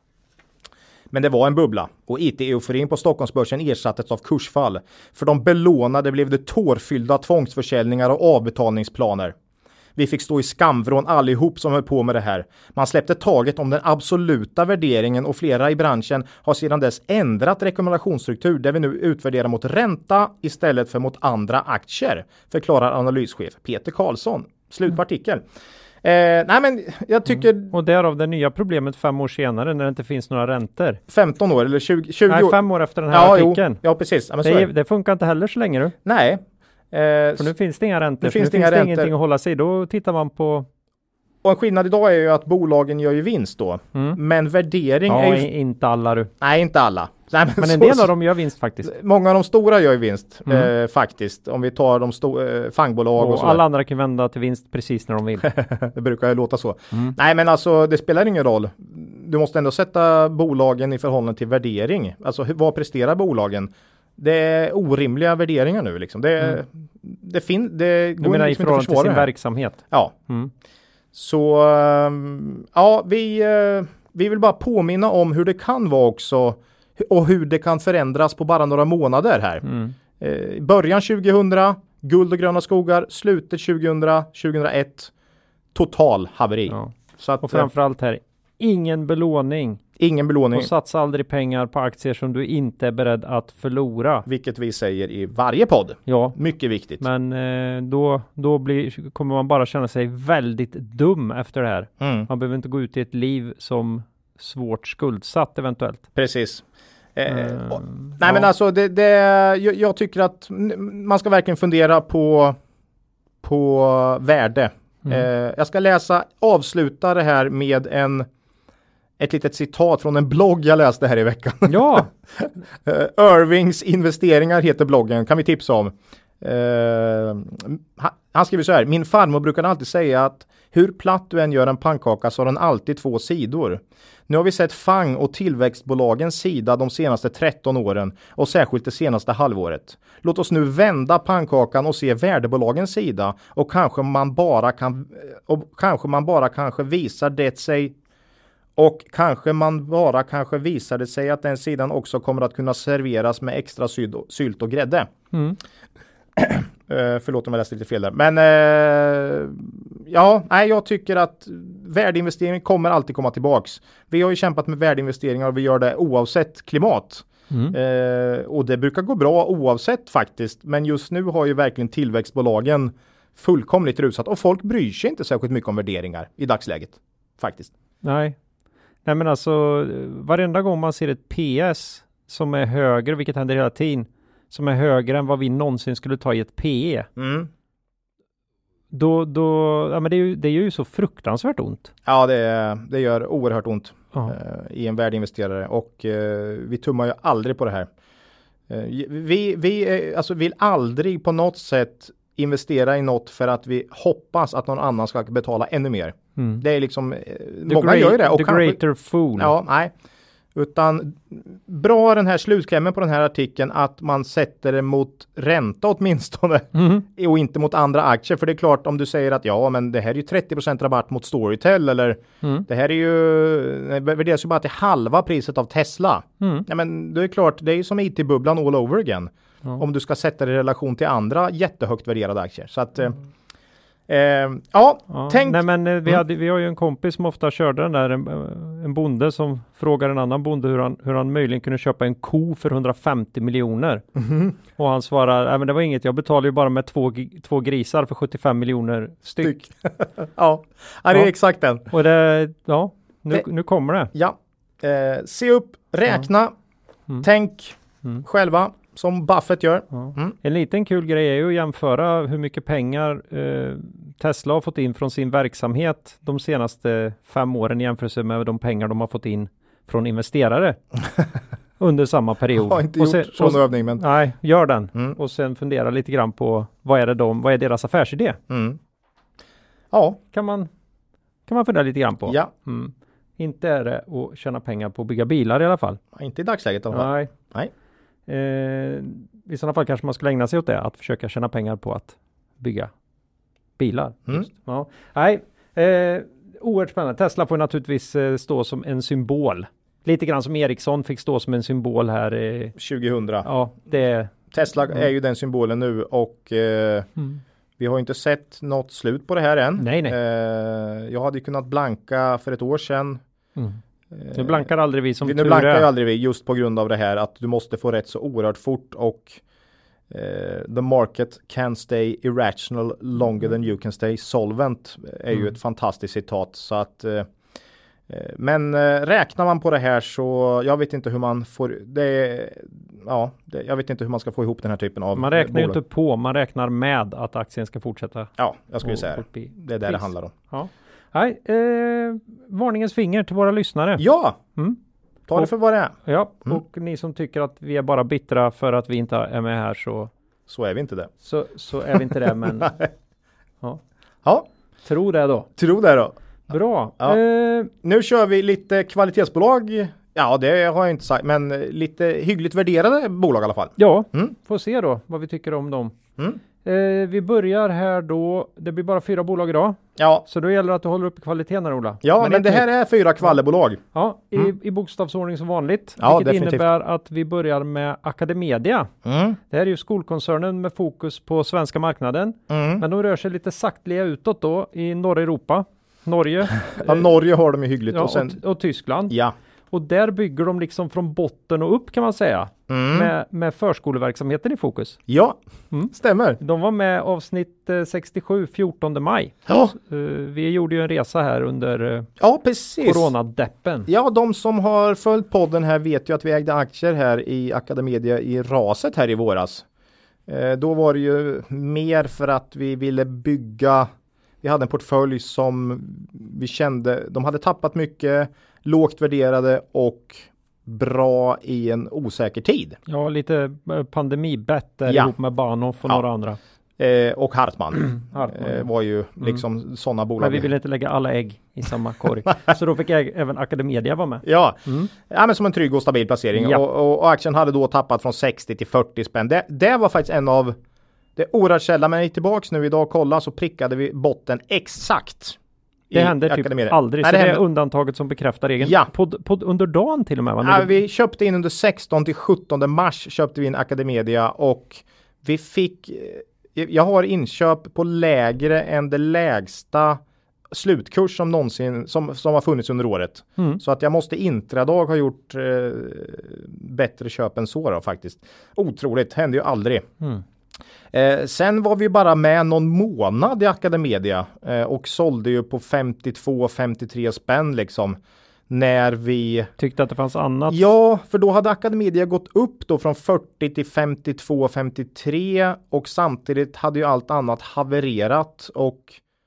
Men det var en bubbla och I T-euforin på Stockholmsbörsen ersattes av kursfall. För de belånade blev det tårfyllda tvångsförsäljningar och avbetalningsplaner. Vi fick stå i skamvrån allihop som höll på med det här. Man släppte taget om den absoluta värderingen och flera i branschen har sedan dess ändrat rekommendationsstruktur där vi nu utvärderar mot ränta istället för mot andra aktier, förklarar analyschef Peter Karlsson. Slut på artikeln. Eh, nej men jag tycker... Mm. Och därav det nya problemet fem år senare när det inte finns några räntor. femton år eller tjugo, tjugo nej, år. fem år efter den här ja, artikeln. Jo, ja, precis. Ja, men så det, är det. det funkar inte heller så länge nu. Nej. Eh, För nu finns det inga räntor. Nu finns nu det, inga finns det räntor. ingenting att hålla sig. Då tittar man på... Och en skillnad idag är ju att bolagen gör ju vinst då. Mm. Men värdering ja, är ju... inte alla du. Nej, inte alla. Nej, men men så, en del av dem gör vinst faktiskt. Många av de stora gör ju vinst mm. eh, faktiskt. Om vi tar de stora eh, fangbolag och, och så. alla andra kan vända till vinst precis när de vill. Det brukar ju låta så. Mm. Nej, men alltså det spelar ingen roll. Du måste ändå sätta bolagen i förhållande till värdering. Alltså hur, vad presterar bolagen? Det är orimliga värderingar nu liksom. Det, mm. det, fin- det går menar liksom i förhållande till sin här. verksamhet. Ja. Mm. Så ja, vi, vi vill bara påminna om hur det kan vara också och hur det kan förändras på bara några månader här. Mm. Eh, början tjugohundra, guld och gröna skogar, slutet tjugohundra, tjugohundraett, total haveri. Ja. Så att, och framförallt här, ingen belåning. Ingen belåning. Och satsa aldrig pengar på aktier som du inte är beredd att förlora. Vilket vi säger i varje podd. Ja. Mycket viktigt. Men eh, då, då blir, kommer man bara känna sig väldigt dum efter det här. Mm. Man behöver inte gå ut i ett liv som svårt skuldsatt eventuellt. Precis. Eh, Mm, och, nej ja. men alltså det, det, jag, jag tycker att man ska verkligen fundera på, på värde. Mm. Eh, jag ska läsa, avsluta det här med en ett litet citat från en blogg jag läste här i veckan. Ja. Irvings investeringar heter bloggen, kan vi tipsa om. Uh, han skriver så här: min farmor brukar alltid säga att hur platt du än gör en pannkaka så har den alltid två sidor. Nu har vi sett F A N G och tillväxtbolagens sida de senaste tretton åren och särskilt det senaste halvåret. Låt oss nu vända pannkakan och se värdebolagens sida och kanske man bara kan och kanske man bara kanske visar det sig och kanske man bara kanske visade sig att den sidan också kommer att kunna serveras med extra sylt och grädde. Mm. uh, förlåt om jag läste lite fel där. Men uh, ja, nej, jag tycker att värdeinvestering kommer alltid komma tillbaks. Vi har ju kämpat med värdeinvesteringar och vi gör det oavsett klimat. Mm. Uh, och det brukar gå bra oavsett faktiskt. Men just nu har ju verkligen tillväxtbolagen fullkomligt rusat. Och folk bryr sig inte särskilt mycket om värderingar i dagsläget. Faktiskt. Nej. Nej men alltså varenda gång man ser ett P S som är högre, vilket händer hela tiden, som är högre än vad vi någonsin skulle ta i ett P E. Mm. Då, då, ja men det är ju, det är ju så fruktansvärt ont. Ja, det, det gör oerhört ont uh, i en värdeinvesterare och uh, vi tummar ju aldrig på det här. Uh, vi vi alltså vill aldrig på något sätt investera i något för att vi hoppas att någon annan ska betala ännu mer. Mm. Det är liksom, uh, många great, gör ju det. Och the kanske, greater fool. Ja, nej. Utan bra den här slutklämmen på den här artikeln att man sätter det mot ränta åtminstone mm. och inte mot andra aktier. För det är klart om du säger att ja men det här är ju trettio procent rabatt mot Storytel eller mm. det här är ju, det värderas ju bara till halva priset av Tesla. Mm. Ja men det är klart, det är ju som I T-bubblan all over again. Mm. Om du ska sätta det i relation till andra jättehögt värderade aktier. Så att mm. Eh, ja, ja, tänk... Nej men eh, vi, mm. hade, vi har ju en kompis som ofta körde den där, en, en bonde som frågar en annan bonde hur han, hur han möjligen kunde köpa en ko för hundrafemtio miljoner. Mm. Och han svarar, nej men det var inget, jag betalar ju bara med två, två grisar för sjuttiofem miljoner styck. styck. ja. ja, det är ja. exakt den. Och det, ja, nu, det... nu kommer det. Ja, eh, se upp, räkna, ja. mm. tänk mm. själva. Som Buffett gör. Ja. Mm. En liten kul grej är ju att jämföra hur mycket pengar eh, Tesla har fått in från sin verksamhet de senaste fem åren i jämförelse med de pengar de har fått in från investerare. under samma period. Jag har inte och gjort sen, sån och, övning, men... Nej, gör den. Mm. Och sen fundera lite grann på vad är det de, vad är deras affärsidé? Mm. Ja. Kan man, kan man fundera lite grann på. Ja. Mm. Inte är det att tjäna pengar på att bygga bilar i alla fall. Inte i dagsläget i alla fall. Nej. Nej. Eh, I sådana fall kanske man skulle ägna sig åt det. Att försöka tjäna pengar på att bygga bilar. Mm. Just. Ja. Nej, eh, oerhört spännande. Tesla får naturligtvis eh, stå som en symbol. Lite grann som Ericsson fick stå som en symbol här. Eh, tjugohundra. ja, det... Tesla Mm. är ju den symbolen nu och eh, Mm. vi har inte sett något slut på det här än. Nej, nej. Eh, jag hade ju kunnat blanka för ett år sedan. Mm. Eh, Nu blankar aldrig vi som nu tur blankar är. ju aldrig vi just på grund av det här att du måste få rätt så oerhört fort och eh, the market can stay irrational longer than you can stay solvent är ju Mm. ett fantastiskt citat. Så att eh, eh, men eh, räknar man på det här så jag vet inte hur man får det, ja, det, jag vet inte hur man ska få ihop den här typen av Man räknar ju bolag. inte på, man räknar med att aktien ska fortsätta. Ja, jag skulle och- säga och det. bli- Det är det det pris. handlar om. Ja. Nej, eh, varningens finger till våra lyssnare. Ja, Mm. ta det Och- för vad det är. Ja, Mm. och ni som tycker att vi är bara bittra för att vi inte är med här så, Så är vi inte det. så, så är vi inte det, men ja. Ja, Tro det då. tro det då. Bra. Ja. Eh, Nu kör vi lite kvalitetsbolag. Ja, det har jag inte sagt, men lite hyggligt värderade bolag i alla fall. ja, Mm. får se då vad vi tycker om dem. Mm. Eh, vi börjar här då. Det blir bara fyra bolag idag. Ja, Så då gäller det att du håller upp kvaliteten här, Ola. ja men, ett det här nytt. är fyra kvallebolag. Ja, i, Mm. i bokstavsordning som vanligt. Ja, vilket definitivt. innebär att vi börjar med Academedia. Mm. Det här är ju skolkoncernen med fokus på svenska marknaden. Mm. Men de rör sig lite saktliga utåt då i norra Europa. Norge Ja, Norge har de ju hyggligt. ja, och sen, och, och Tyskland. ja. Och där bygger de liksom från botten och upp kan man säga. Mm. Med, med förskoleverksamheten i fokus. Ja, Mm. stämmer. De var med avsnitt eh, sextiosju, fjortonde maj. Ja, Eh, vi gjorde ju en resa här under eh, ja precis. coronadeppen. Ja, de som har följt podden här vet ju att vi ägde aktier här i Academedia i raset här i våras. Eh, då var det ju mer för att vi ville bygga, vi hade en portfölj som vi kände, de hade tappat mycket, lågt värderade och bra i en osäker tid. Ja, lite eh, pandemibett där Ja. ihop med Bahnhof och Ja. några andra. Eh, och Hartman, Hartman, eh, ja. var ju liksom sådana bolag. Men vi ville inte lägga alla ägg i samma korg. Så då fick jag, även Academedia vara med. Ja. Mm. Ja, men som en trygg och stabil placering. Ja. Och, och, och aktien hade då tappat från sextio till fyrtio spänn. Det, det var faktiskt en av, det är oerhört sällan, men jag gick tillbaks nu idag och kolla så prickade vi botten exakt. Det i händer typ Academedia. aldrig. Nej, så det det är händer- undantaget som bekräftar regeln. Ja. På, på, under dagen till och med. Va? När Ja, du- vi köpte in under sextonde till sjuttonde mars köpte vi in Academedia och vi fick, eh, jag har inköp på lägre än det lägsta slutkurs som någonsin som, som har funnits under året. Mm. Så att jag måste intradag ha gjort eh, bättre köp än så då faktiskt. Otroligt, hände ju aldrig. Mm. Eh, sen var vi bara med någon månad i Academedia eh, och sålde ju på femtiotvå femtiotre spänn liksom när vi Tyckte att det fanns annat. Ja, för då hade Academedia gått upp då från fyrtio till femtiotvå femtiotre och samtidigt hade ju allt annat havererat och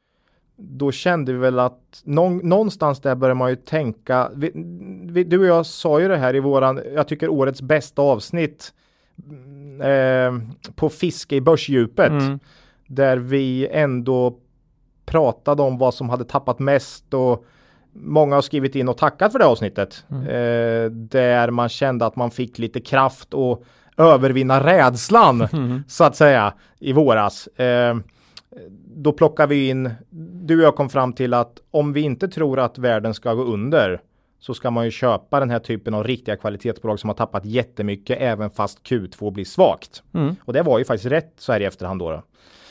då kände vi väl att någon, någonstans där börjar man ju tänka, vi, vi, du och jag sa ju det här i våran, jag tycker årets bästa avsnitt eh, på fiske i börsdjupet Mm. där vi ändå pratade om vad som hade tappat mest och många har skrivit in och tackat för det avsnittet. Mm. Eh, där man kände att man fick lite kraft och övervinna rädslan Mm. så att säga i våras. Eh, då plockar vi in, du och jag kom fram till att om vi inte tror att världen ska gå under så ska man ju köpa den här typen av riktiga kvalitetsbolag som har tappat jättemycket även fast Q två blir svagt. Mm. Och det var ju faktiskt rätt så här i efterhand då. då.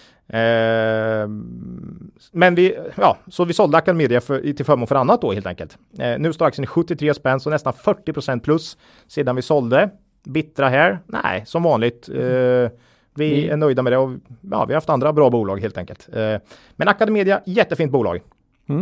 Eh, men vi, ja, så vi sålde Academedia för, till förmån för annat då helt enkelt. Eh, nu står aktien i sjuttiotre spänn, så nästan fyrtio procent plus sedan vi sålde. Bittra här? Nej, som vanligt. Eh, vi Mm. är nöjda med det och ja, vi har haft andra bra bolag helt enkelt. Eh, men Academedia, jättefint bolag. Mm.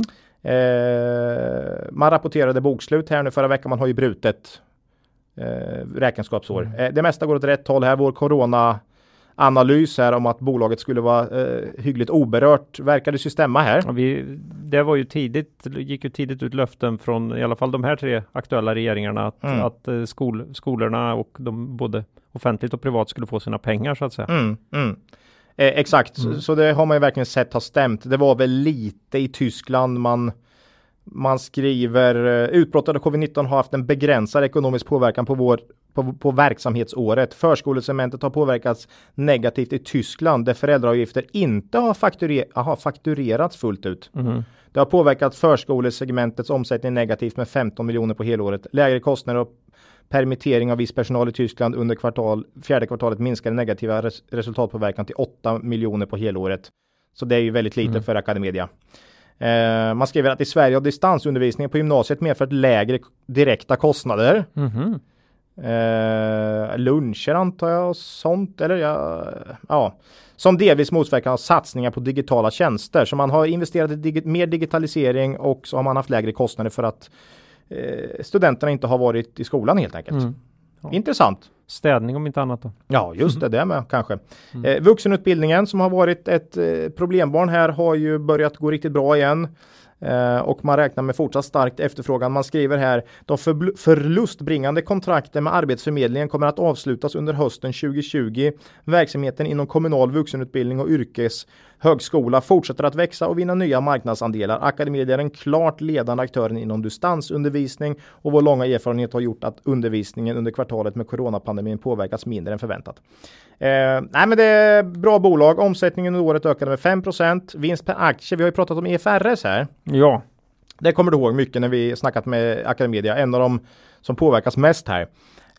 Eh, man rapporterade bokslut här nu förra veckan, man har ju brutet eh, räkenskapsår. Mm. Eh, det mesta går åt rätt håll här, vår corona analys här om att bolaget skulle vara eh, hyggligt oberört. Verkar det stämma här? Ja, vi, det var ju tidigt, gick ju tidigt ut löften från i alla fall de här tre aktuella regeringarna att, Mm. att eh, skol, skolorna och de både offentligt och privat skulle få sina pengar så att säga. Mm, mm. Eh, exakt, Mm. så, så det har man ju verkligen sett ha stämt. Det var väl lite i Tyskland man Man skriver uh, utbrottet av covid nitton har haft en begränsad ekonomisk påverkan på, vår, på, på verksamhetsåret. Förskolesegmentet har påverkats negativt i Tyskland där föräldraavgifter inte har, fakturer, har fakturerats fullt ut. Mm. Det har påverkat förskolesegmentets omsättning negativt med femton miljoner på helåret. Lägre kostnader och permittering av viss personal i Tyskland under kvartal, fjärde kvartalet minskade negativa res, resultatpåverkan till åtta miljoner på helåret. Så det är ju väldigt lite Mm. för Academedia. Eh, man skriver att i Sverige har distansundervisningen på gymnasiet medfört lägre direkta kostnader. Mm. Eh, luncher antar jag och sånt. Eller ja, ja. Som delvis motverkar av satsningar på digitala tjänster. Så man har investerat i digi- mer digitalisering och så har man haft lägre kostnader för att eh, studenterna inte har varit i skolan helt enkelt. Mm. Ja. Intressant. Städning om inte annat då. Ja, just det, det med kanske. Mm. Eh, vuxenutbildningen som har varit ett eh, problembarn här har ju börjat gå riktigt bra igen. Eh, och man räknar med fortsatt starkt efterfrågan. Man skriver här, de för, förlustbringande kontrakten med Arbetsförmedlingen kommer att avslutas under hösten tjugo tjugo. Verksamheten inom kommunal vuxenutbildning och yrkeshögskola fortsätter att växa och vinna nya marknadsandelar. Academedia är den klart ledande aktören inom distansundervisning och vår långa erfarenhet har gjort att undervisningen under kvartalet med coronapandemin påverkats mindre än förväntat. Eh, nej men det är bra bolag. Omsättningen under året ökade med fem procent. Vinst per aktie, vi har ju pratat om E F R S här. Ja. Det kommer du ihåg mycket när vi snackat med Academedia. En av de som påverkas mest här.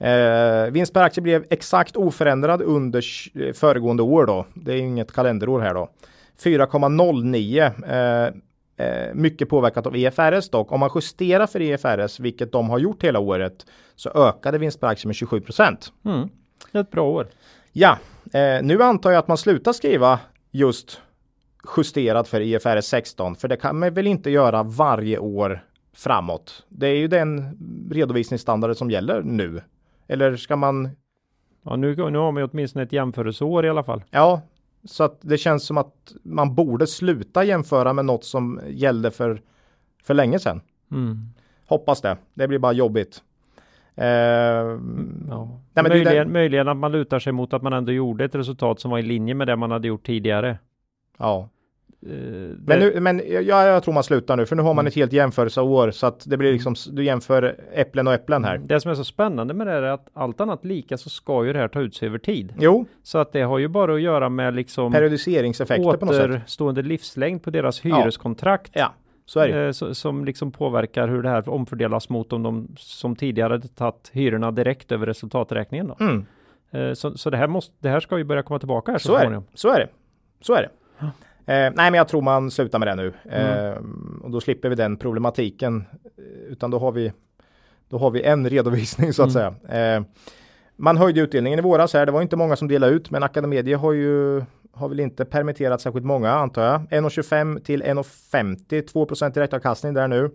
Eh, vinst per aktie blev exakt oförändrad under föregående år då. Det är inget kalenderår här då. fyra komma noll nio. Eh, eh, mycket påverkat av E F R S dock. Om man justerar för E F R S, vilket de har gjort hela året, så ökade vinst per aktie med tjugosju procent. Mm. Ett bra år. Ja, eh, nu antar jag att man slutar skriva just justerad för I F R S sexton. För det kan man väl inte göra varje år framåt. Det är ju den redovisningsstandarden som gäller nu. Eller ska man... Ja, nu, nu har man ju åtminstone ett jämförelseår i alla fall. Ja, så att det känns som att man borde sluta jämföra med något som gällde för, för länge sedan. Mm. Hoppas det. Det blir bara jobbigt. Eh, Ja. nej, men möjligen, det, möjligen att man lutar sig mot att man ändå gjorde ett resultat som var i linje med det man hade gjort tidigare. ja. Eh, det, Men, nu, men ja, jag tror man slutar nu, för nu har man ett helt jämförelseår så att det blir liksom, du jämför äpplen och äpplen här. det som är så spännande med det är att allt annat lika så ska ju det här ta ut sig över tid. Jo, Så att det har ju bara att göra med liksom periodiseringseffekter på något sätt. återstående livslängd på deras hyreskontrakt. Ja, så är det. eh, så, som liksom påverkar hur det här omfördelas mot om de som tidigare hade tagit hyrorna direkt över resultaträkningen då. Mm. Eh, så så det, här måste, det här ska ju börja komma tillbaka här så, Så är det. småningom. Så är det. Så är det. Eh, nej, men jag tror man slutar med det nu. Mm. Eh, och då slipper vi den problematiken. Utan då har vi, då har vi en redovisning så att Mm. säga. Eh, man höjde utdelningen i våras här. Det var inte många som delade ut, men Academedia har ju har väl inte permitterat särskilt många antar jag. en komma tjugofem till en komma femtio, två procent direktavkastning där nu.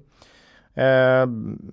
Eh,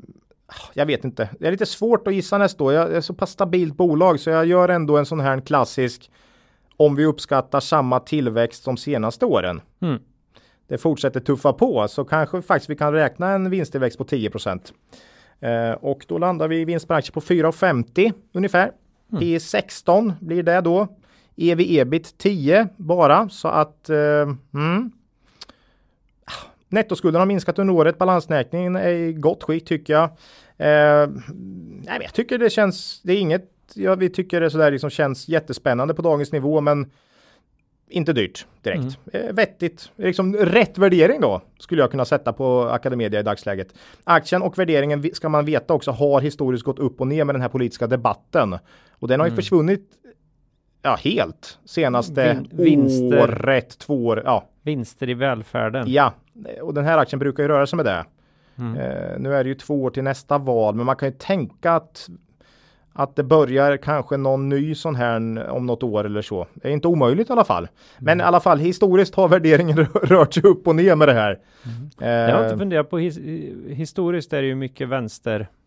jag vet inte. Det är lite svårt att gissa nästa år. Jag är så pass stabilt bolag så jag gör ändå en sån här klassisk om vi uppskattar samma tillväxt som senaste åren. Mm. Det fortsätter tuffa på så kanske faktiskt vi kan räkna en vinsttillväxt på tio procent. Eh, och då landar vi i vinst per aktie på fyra komma femtio ungefär. Mm. P sexton blir det då. E V ebit tio bara så att eh, mm. nettoskulden har minskat under året. Balansräkningen är i gott skick tycker jag. Eh, nej, men jag tycker det känns, det är inget ja, vi tycker det sådär liksom känns jättespännande på dagens nivå men inte dyrt direkt. Mm. Eh, vettigt. Liksom rätt värdering då skulle jag kunna sätta på Academedia i dagsläget. Aktien och värderingen ska man veta också har historiskt gått upp och ner med den här politiska debatten. Och den har ju mm. försvunnit ja, helt senaste Vin- vinster. året, två år. Ja. Vinster i välfärden. Ja, och den här aktien brukar ju röra sig med det. Mm. Eh, nu är det ju två år till nästa val men man kan ju tänka att att det börjar kanske någon ny sån här om något år eller så. Det är inte omöjligt i alla fall. Men mm. i alla fall historiskt har värderingen rört sig upp och ner med det här. Mm. Eh, jag har inte funderat på his- historiskt är det ju mycket vänster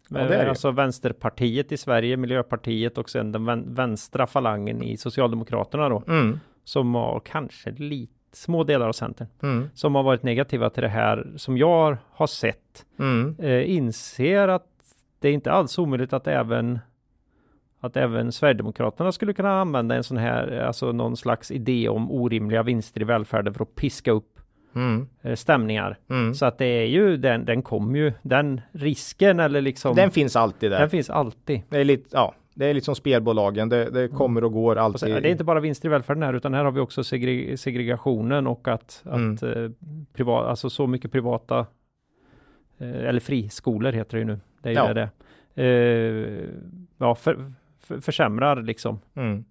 Ja, det är det. Alltså Vänsterpartiet i Sverige, Miljöpartiet och sen den vän- vänstra falangen i Socialdemokraterna då. Mm. Som har kanske lite små delar av Centern. Mm. Som har varit negativa till det här som jag har sett. Mm. Eh, inser att det är inte alls omöjligt att även att även Sverigedemokraterna skulle kunna använda en sån här, alltså någon slags idé om orimliga vinster i välfärden för att piska upp Mm. eh, stämningar. Mm. Så att det är ju, den, den kommer ju, den risken eller liksom. Den finns alltid där. Den finns alltid. Det är lite, ja, det är lite som spelbolagen. Det, det kommer och går alltid. Och sen, det är inte bara vinster i välfärden här, utan här har vi också segre- segregationen och att, Mm. att eh, privat, alltså så mycket privata eh, eller friskolor heter det ju nu. Det är ju Ja. det. Eh, ja, för, för, försämrar liksom. Mm.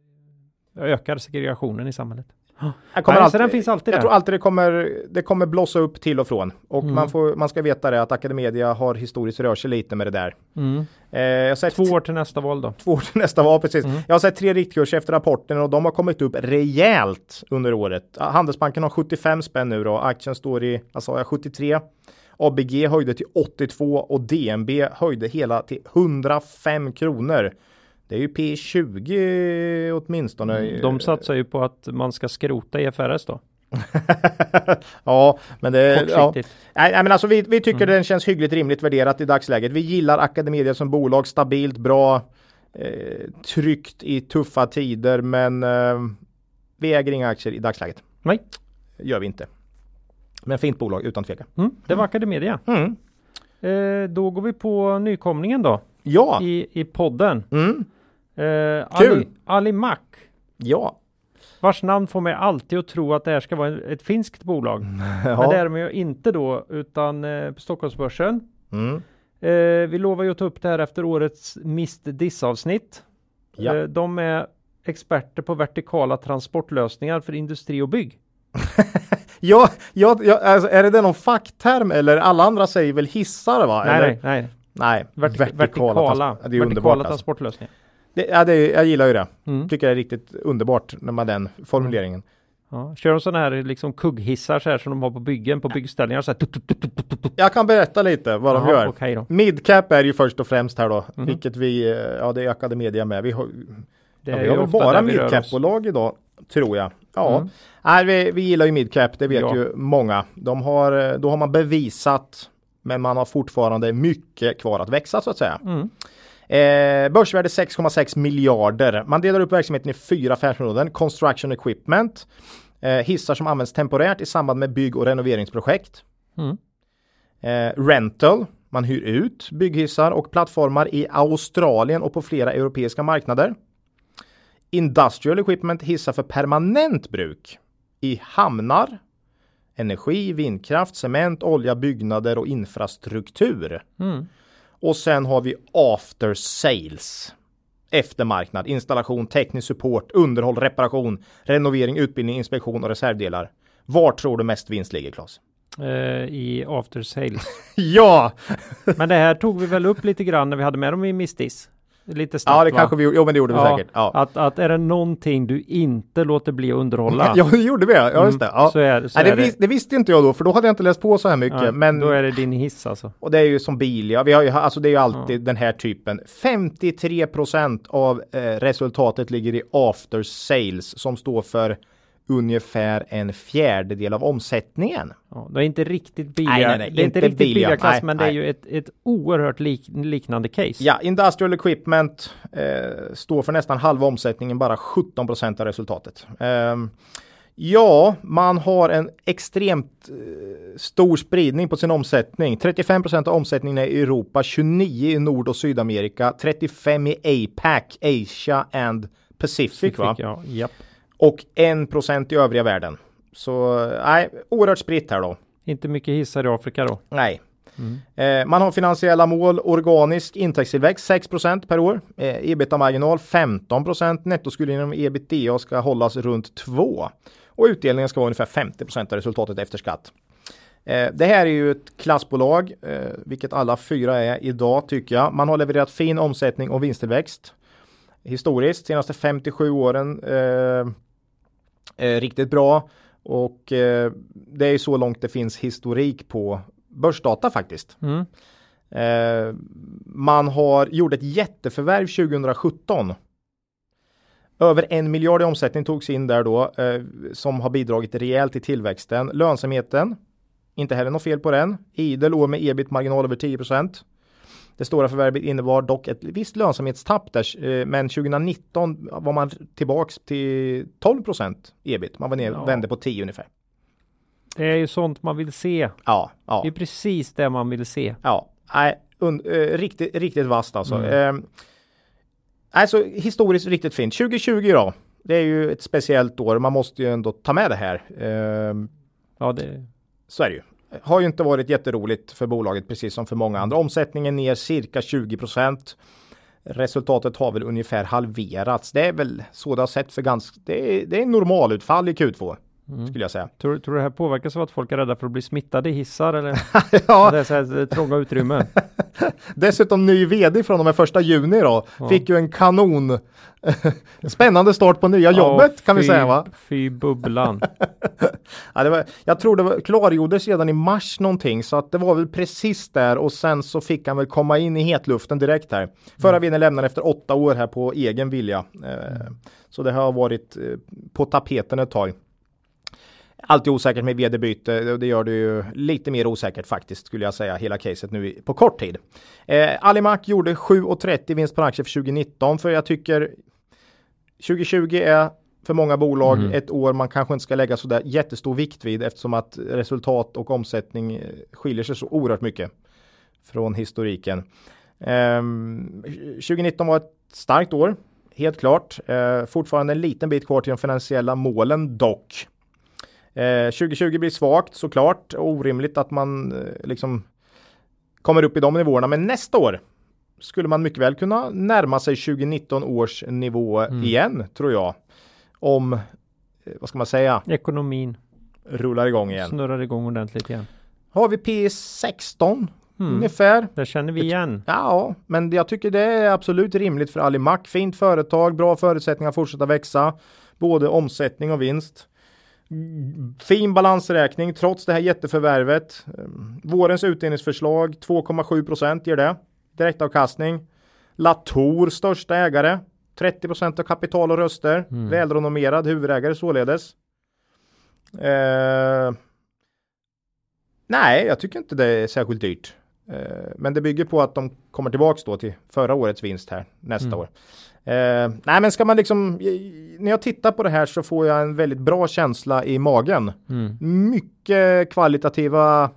Ökar segregationen i samhället. Här kommer Nej, alltid, så den finns alltid jag där. tror alltid det kommer, det kommer blossa upp till och från. Och Mm. man, får, man ska veta det att Academedia har historiskt rört sig lite med det där. Mm. Eh, jag har sett Två år till nästa val då. Två år till nästa val, precis. Mm. Jag har sett tre riktkurser efter rapporten och de har kommit upp rejält under året. Handelsbanken har sjuttiofem spänn nu då. Aktien står i, vad sa jag, sjuttiotre. A B G höjde till åttiotvå och D N B höjde hela till hundrafem kronor. Det är ju P tjugo åtminstone. De satsar ju på att man ska skrota E F R S då. Ja, men det ja. Kortsiktigt. Nej, nej, men alltså vi, vi tycker Mm. den känns hyggligt rimligt värderat i dagsläget. Vi gillar Academedia som bolag, stabilt, bra, eh, tryggt i tuffa tider, men eh, vi äger inga aktier i dagsläget. Nej. Gör vi inte. Men fint bolag utan tvekan. Mm. Det var Academedia. Mm. Eh, då går vi på nykomlingen då. Ja. I, i podden. Mm. Eh, Kul. Ali, Ali Mack. Ja. Vars namn får mig alltid att tro att det här ska vara ett finskt bolag. Men det Ja. är de ju inte då, utan eh, på Stockholmsbörsen. Mm. Eh, vi lovar ju att ta upp det här efter årets Missed Diss-avsnitt. Ja. Eh, de är experter på vertikala transportlösningar för industri och bygg. Ja, ja, ja alltså, är det det någon fackterm eller alla andra säger väl hissar va? Nej, eller? nej, nej. Nej, Verti- vertikala, vertikala, trans- det är vertikala underbart alltså. transportlösningar. Det, ja, det, är- jag gillar ju det. Mm. Tycker det är riktigt underbart när man den formuleringen. Ja. Kör de sådana här liksom kugghissar så här som de har på byggen, på byggställningar så här. Tut, tut, tut, tut, tut, tut. Jag kan berätta lite vad de Jaha, gör. okej då. Midcap är ju först och främst här då, Mhm. vilket vi, eh, ja det är Academedia med. Vi har, Det ja, är vi ju har väl ofta bara där vi rör oss. midcap-bolag idag, tror jag. Ja, Mm. nej, vi, vi gillar ju midcap, det vet Ja. ju många. De har, eh, då har man bevisat, men man har fortfarande mycket kvar att växa så att säga. Mm. Eh, börsvärde sex komma sex miljarder. Man delar upp verksamheten i fyra affärsområden. Construction equipment. Eh, hissar som används temporärt i samband med bygg- och renoveringsprojekt. Mm. Eh, rental. Man hyr ut bygghissar och plattformar i Australien och på flera europeiska marknader. Industrial equipment, hissar för permanent bruk i hamnar, energi, vindkraft, cement, olja, byggnader och infrastruktur. Mm. Och sen har vi after sales. Eftermarknad, installation, teknisk support, underhåll, reparation, renovering, utbildning, inspektion och reservdelar. Var tror du mest vinst ligger, Claes? Eh, I after sales. Ja! Men det här tog vi väl upp lite grann när vi hade med dem i Mistis. Lite snabbt, Ja, det va? kanske vi gjorde. Jo, men det gjorde vi Ja, säkert. Ja. Att, att är det någonting du inte låter bli att underhålla. Ja, det gjorde vi. Ja, just det. Ja. Så är, så Nej, det, är det. vis, det visste inte jag då, för då hade jag inte läst på så här mycket. Ja, men, Då är det din hiss alltså. och det är ju som bil, ja. Vi har ju, alltså det är ju alltid den här typen. femtiotre procent av eh, resultatet ligger i after sales som står för ungefär en fjärdedel av omsättningen. Ja, det är inte riktigt billiga, Nej, nej, nej, det är inte inte riktigt billiga. billiga klass, Nej, men det är nej. ju ett, ett oerhört lik, liknande case. Ja, industrial equipment eh, står för nästan halva omsättningen, bara sjutton procent av resultatet. Ehm, ja, man har en extremt eh, stor spridning på sin omsättning. trettiofem procent av omsättningen är i Europa, tjugonio i Nord- och Sydamerika, trettiofem i A P A C, Asia and Pacific, va? Ja, japp. Och en procent i övriga världen. Så nej, oerhört spritt här då. Inte mycket hissar i Afrika då. Nej. Eh, man har finansiella mål, organisk intäktstillväxt sex procent per år, eh, ebitda-marginal femton procent, nettoskuld inom ebitda ska hållas runt två och utdelningen ska vara ungefär femtio procent av resultatet efter skatt. Eh, det här är ju ett klassbolag, eh, vilket alla fyra är idag tycker jag. Man har levererat fin omsättning och vinsttillväxt historiskt, senaste femtiosju åren eh, eh, riktigt bra och eh, det är ju så långt det finns historik på börsdata faktiskt. Mm. Eh, man har gjort ett jätteförvärv tjugohundrasjutton. Över en miljard i omsättning togs in där då, eh, som har bidragit rejält till tillväxten. Lönsamheten, inte heller något fel på den. Idel år med ebit-marginal över tio procent. Det stora förvärvet innebar dock ett visst lönsamhetstapp där, eh, men tjugonitton var man tillbaks till tolv procent ebit. Man var ner, Ja. vände på tio ungefär. Det är ju sånt man vill se. Ja, ja. Det är precis det man vill se. Ja, nej, und, eh, riktigt, riktigt vasst alltså. Mm. Eh, alltså historiskt riktigt fint. tjugohundratjugo då, det är ju ett speciellt år. Man måste ju ändå ta med det här. Eh, Ja, det... så är det ju. Har ju inte varit jätteroligt för bolaget precis som för många andra. Omsättningen ner cirka tjugo procent. Resultatet har väl ungefär halverats. Det är väl så det har sett för ganska... Det är, det är en normalutfall i Q två. Mm. Skulle jag säga. Tror, tror du det här påverkas av att folk är rädda för att bli smittade i hissar eller? Ja. Det är så här trånga utrymmen. Dessutom ny vd från och med första juni då. Ja. Fick ju en kanon spännande start på nya jobbet Ja, kan vi fy- säga va? Fy bubblan. Ja, det var, jag tror det var, klargjordes redan i mars någonting så att det var väl precis där och sen så fick han väl komma in i hetluften direkt här. Förra mm. vdn lämnade efter åtta år här på egen vilja. Eh, mm. Så det har varit eh, på tapeten ett tag. Alltid osäkert med vd-byte och det gör det ju lite mer osäkert faktiskt skulle jag säga hela caset nu på kort tid. Eh, Alimak gjorde sju komma trettio vinst per aktie för tjugonitton för jag tycker tjugotjugo är för många bolag mm. ett år man kanske inte ska lägga så där jättestor vikt vid eftersom att resultat och omsättning skiljer sig så oerhört mycket från historiken. Eh, tjugonitton var ett starkt år, helt klart. Eh, fortfarande en liten bit kvar till de finansiella målen dock. Eh, tjugotjugo blir svagt såklart och orimligt att man eh, liksom kommer upp i de nivåerna. Men nästa år skulle man mycket väl kunna närma sig tjugonitton års nivå mm. igen tror jag. Om, eh, vad ska man säga? Ekonomin rullar igång igen. Snurrar igång ordentligt igen. Har vi P sexton mm. ungefär. Det känner vi igen. Ja, men jag tycker det är absolut rimligt för Alimak. Fint företag, bra förutsättningar att fortsätta växa. Både omsättning och vinst. Fin balansräkning trots det här jätteförvärvet. Vårens utdelningsförslag två komma sju procent ger det. Direktavkastning. Latour största ägare. trettio procent av kapital och röster. Mm. Välrenommerad huvudägare således. Eh, nej, jag tycker inte det är särskilt dyrt. Eh, men det bygger på att de kommer tillbaka då till förra årets vinst här nästa mm. år. Eh, nej men ska man liksom, när jag tittar på det här så får jag en väldigt bra känsla i magen. Mm. Mycket kvalitativa,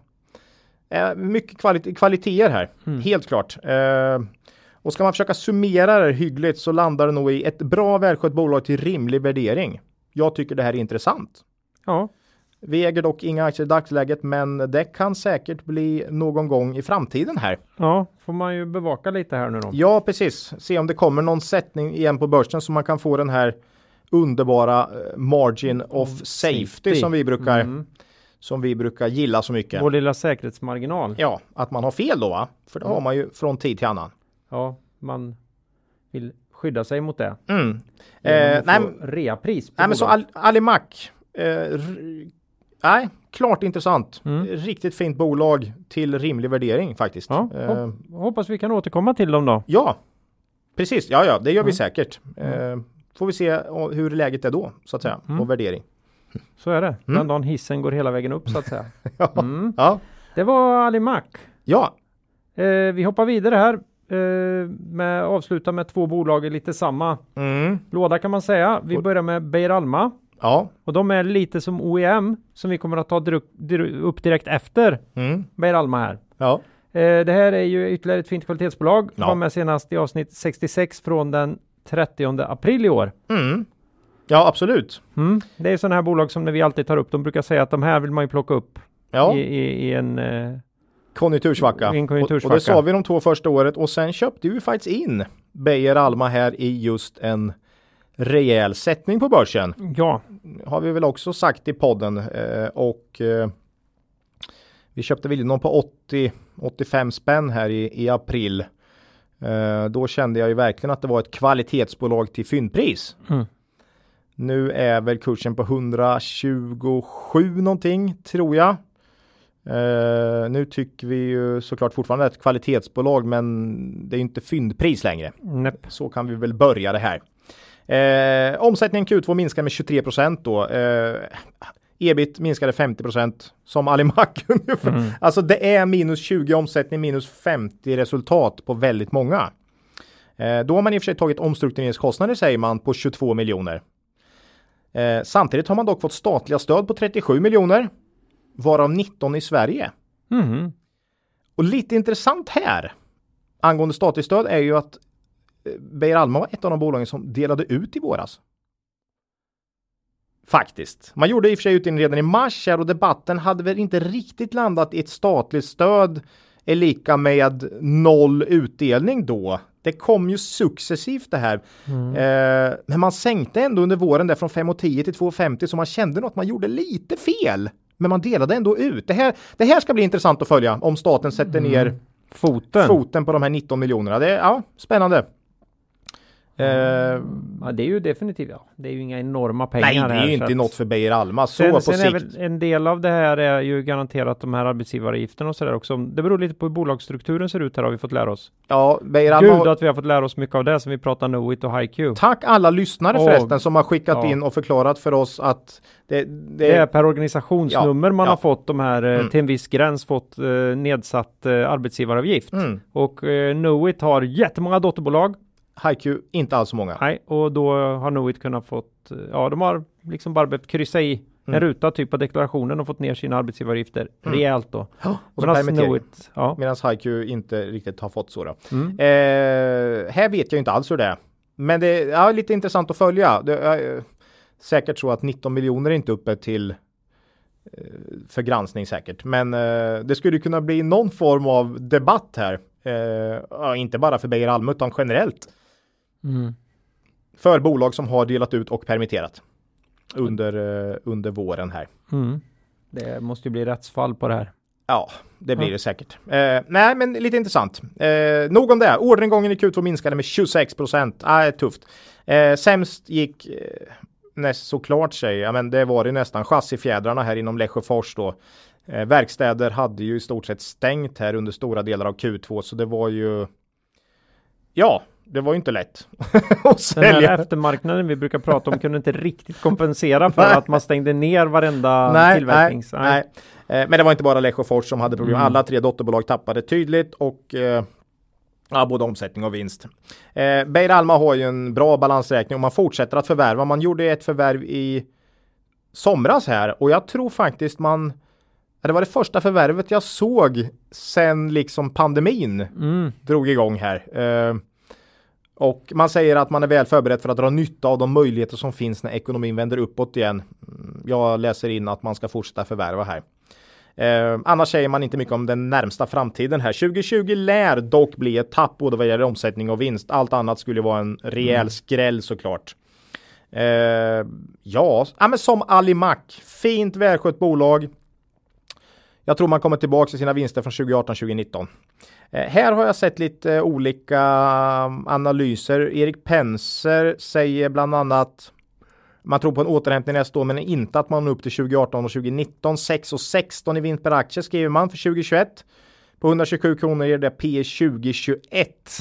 eh, mycket kvalit- kvaliteter här, mm. helt klart. Eh, och ska man försöka summera det hyggligt så landar det nog i ett bra välskött bolag till rimlig värdering. Jag tycker det här är intressant. Ja. Vi äger dock inga aktier i dagsläget men det kan säkert bli någon gång i framtiden här. Ja, får man ju bevaka lite här nu då. Ja, precis. Se om det kommer någon sättning igen på börsen så man kan få den här underbara margin of safety, safety. som vi brukar mm. som vi brukar gilla så mycket. Vår lilla säkerhetsmarginal. Ja, att man har fel då va? För det mm. har man ju från tid till annan. Ja, man vill skydda sig mot det. Mm. Eh, nej, reapris. Nej, men så Al- Alimak eh, r- nej, klart intressant. Mm. Riktigt fint bolag till rimlig värdering faktiskt. Ja, eh, hoppas vi kan återkomma till dem då. Ja, precis. Ja, ja, det gör mm. vi säkert. Mm. Eh, får vi se hur läget är då, så att säga, mm. och värdering. Så är det. Den mm. dagen hissen går hela vägen upp, så att säga. ja. Mm. ja. Det var Alimak. Ja. Eh, vi hoppar vidare här. Eh, med avsluta med två bolag i lite samma mm. låda kan man säga. Vi börjar med Beijer Alma. Ja. Och de är lite som O E M som vi kommer att ta dru- dru- upp direkt efter mm. Beijer Alma här. Ja. Eh, det här är ju ytterligare ett fint kvalitetsbolag. Ja. Var med senast i avsnitt sextiosex från den trettionde april i år. Mm. Ja, absolut. Mm. Det är sådana här bolag som när vi alltid tar upp, de brukar säga att de här vill man ju plocka upp ja. i, i, i en eh, konjunktursvacka. I en konjunktursvacka. Och, och det sa vi de två första året och sen köpte vi faktiskt in Beijer Alma här i just en rejäl sättning på börsen. Ja. Har vi väl också sagt i podden eh, och eh, vi köpte väl någon på åttio åttiofem spänn här i, i april. Eh, då kände jag ju verkligen att det var ett kvalitetsbolag till fyndpris. Mm. Nu är väl kursen på etthundratjugosju någonting tror jag. Uh, nu tycker vi ju såklart fortfarande ett kvalitetsbolag, men det är inte fyndpris längre. Näpp. Så kan vi väl börja det här. Uh, omsättningen Q två minskar med tjugotre procent då. Uh, ebit minskade femtio procent som Alimac ungefär. Mm. Alltså det är minus tjugo omsättning, minus femtio resultat på väldigt många. Uh, då har man i och för sig tagit omstruktureringskostnader, säger man, på tjugotvå miljoner. Uh, samtidigt har man dock fått statliga stöd på trettiosju miljoner. Varav nitton i Sverige. Mm. Och lite intressant här angående statligt stöd är ju att Beijer Alma var ett av de bolagen som delade ut i våras. Faktiskt. Man gjorde i och för sig ut in redan i mars här, och debatten hade väl inte riktigt landat i ett statligt stöd är lika med noll utdelning då. Det kom ju successivt det här. Mm. Eh, men man sänkte ändå under våren där från fem komma tio till två komma femtio, så man kände något man gjorde lite fel. Men man delade ändå ut. Det här, det här ska bli intressant att följa om staten sätter mm. ner foten. foten på de här nitton miljonerna. Det är ja, spännande. Mm. Ja, det är ju definitivt, ja. Det är ju inga enorma pengar. Nej, det är här, ju inte att... något för Beijer Alma. Så sen, på sen sikt. Är väl en del av det här är ju garanterat de här arbetsgivaravgifterna och sådär också. Det beror lite på hur bolagsstrukturen ser ut här, har vi fått lära oss. Ja, Beijer Alma. Gud att vi har fått lära oss mycket av det som vi pratar Knowit och HiQ. Tack alla lyssnare och, förresten som har skickat ja. in och förklarat för oss att det, det, det är per organisationsnummer ja, man ja. har fått de här mm. till en viss gräns fått eh, nedsatt eh, arbetsgivaravgift. Mm. Och eh, Knowit har jättemånga dotterbolag. HiQ inte alls så många. Nej, och då har Knowit kunnat fått, ja de har liksom bara behövt kryssa i mm. en ruta typ av deklarationen och fått ner sina arbetsgivaravgifter mm. rejält då. Oh, och så Knowit, ja. Medan HiQ inte riktigt har fått så då. Mm. Eh, här vet jag inte alls hur det är. Men det är ja, lite intressant att följa. Det är säkert så att nitton miljoner är inte uppe till eh, för granskning säkert. Men eh, det skulle kunna bli någon form av debatt här. Eh, inte bara för Beijer Alma utan generellt. Mm. För bolag som har delat ut och permitterat under, uh, under våren här. Mm. Det måste ju bli rättsfall på det här. Ja, det blir ja. det säkert. Uh, nej, men lite intressant. Uh, nog om det. Orderingången i Q två minskade med tjugosex procent. Ah, tufft. Uh, sämst gick uh, näst såklart sig. Ja, men det var ju nästan chassifjädrarna här inom Lesjöfors då. Uh, verkstäder hade ju i stort sett stängt här under stora delar av Q två. Så det var ju... Ja, det var ju inte lätt att sälja. Den här eftermarknaden vi brukar prata om kunde inte riktigt kompensera för att man stängde ner varenda nej, tillverknings. Nej, nej. Men det var inte bara Lesjöfors som hade problem. Mm. Alla tre dotterbolag tappade tydligt och eh, ja, både omsättning och vinst. Eh, Beijer Alma har ju en bra balansräkning och man fortsätter att förvärva. Man gjorde ett förvärv i somras här och jag tror faktiskt man det var det första förvärvet jag såg sen liksom pandemin mm. drog igång här. Eh, Och man säger att man är väl förberedd för att dra nytta av de möjligheter som finns när ekonomin vänder uppåt igen. Jag läser in att man ska fortsätta förvärva här. Eh, annars säger man inte mycket om den närmsta framtiden här. tjugo tjugo lär dock bli ett tapp både vad gäller omsättning och vinst. Allt annat skulle vara en rejäl mm. skräll såklart. Eh, ja, ja, men som Alimac. Fint välskött bolag. Jag tror man kommer tillbaka till sina vinster från tjugo arton tjugo nitton. Eh, här har jag sett lite eh, olika analyser. Erik Penser säger bland annat man tror på en återhämtning nästa år men inte att man når upp till tjugo arton och tjugo nitton. sex och sexton i vinst per aktie skriver man för tjugo tjugoett. På hundratjugosju kronor är det P tjugo tjugoett.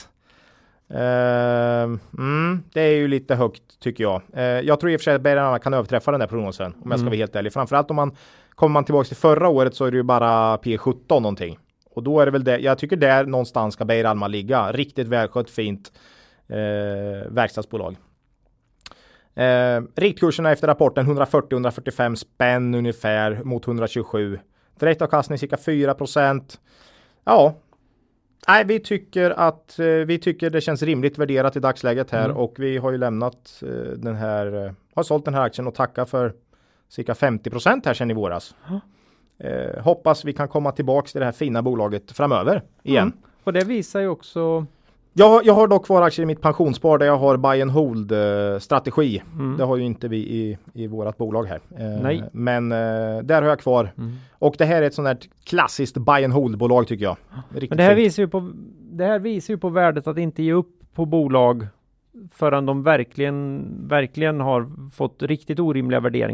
Eh, mm, det är ju lite högt tycker jag. Eh, jag tror i och för sig att Beijer Alma kan överträffa den där prognosen om jag ska mm. vara helt ärlig. Framförallt om man kommer man tillbaka till förra året så är det ju bara P sjutton någonting. Och då är det väl det, jag tycker där någonstans ska Beijer Alma ligga. Riktigt välskött, fint eh, verkstadsbolag. Eh, riktkurserna efter rapporten hundrafyrtio till hundrafyrtiofem spänn ungefär mot hundratjugosju. Direktavkastning cirka fyra procent. Ja, nej, vi tycker att eh, vi tycker det känns rimligt värderat i dagsläget här mm. och vi har ju lämnat eh, den här, eh, har sålt den här aktien och tacka för cirka femtio procent här sedan i våras. Mm. Eh, hoppas vi kan komma tillbaka till det här fina bolaget framöver igen. Mm. Och det visar ju också... Jag, jag har dock kvar aktier i mitt pensionsspar där jag har buy and hold eh, strategi. Mm. Det har ju inte vi i, i vårat bolag här. Eh, Nej. Men eh, där har jag kvar. Mm. Och det här är ett sånt här klassiskt buy and hold bolag tycker jag. Riktigt Men det här, fint. visar ju på, det här visar ju på värdet att inte ge upp på bolag förrän de verkligen, verkligen har fått riktigt orimliga värderingar.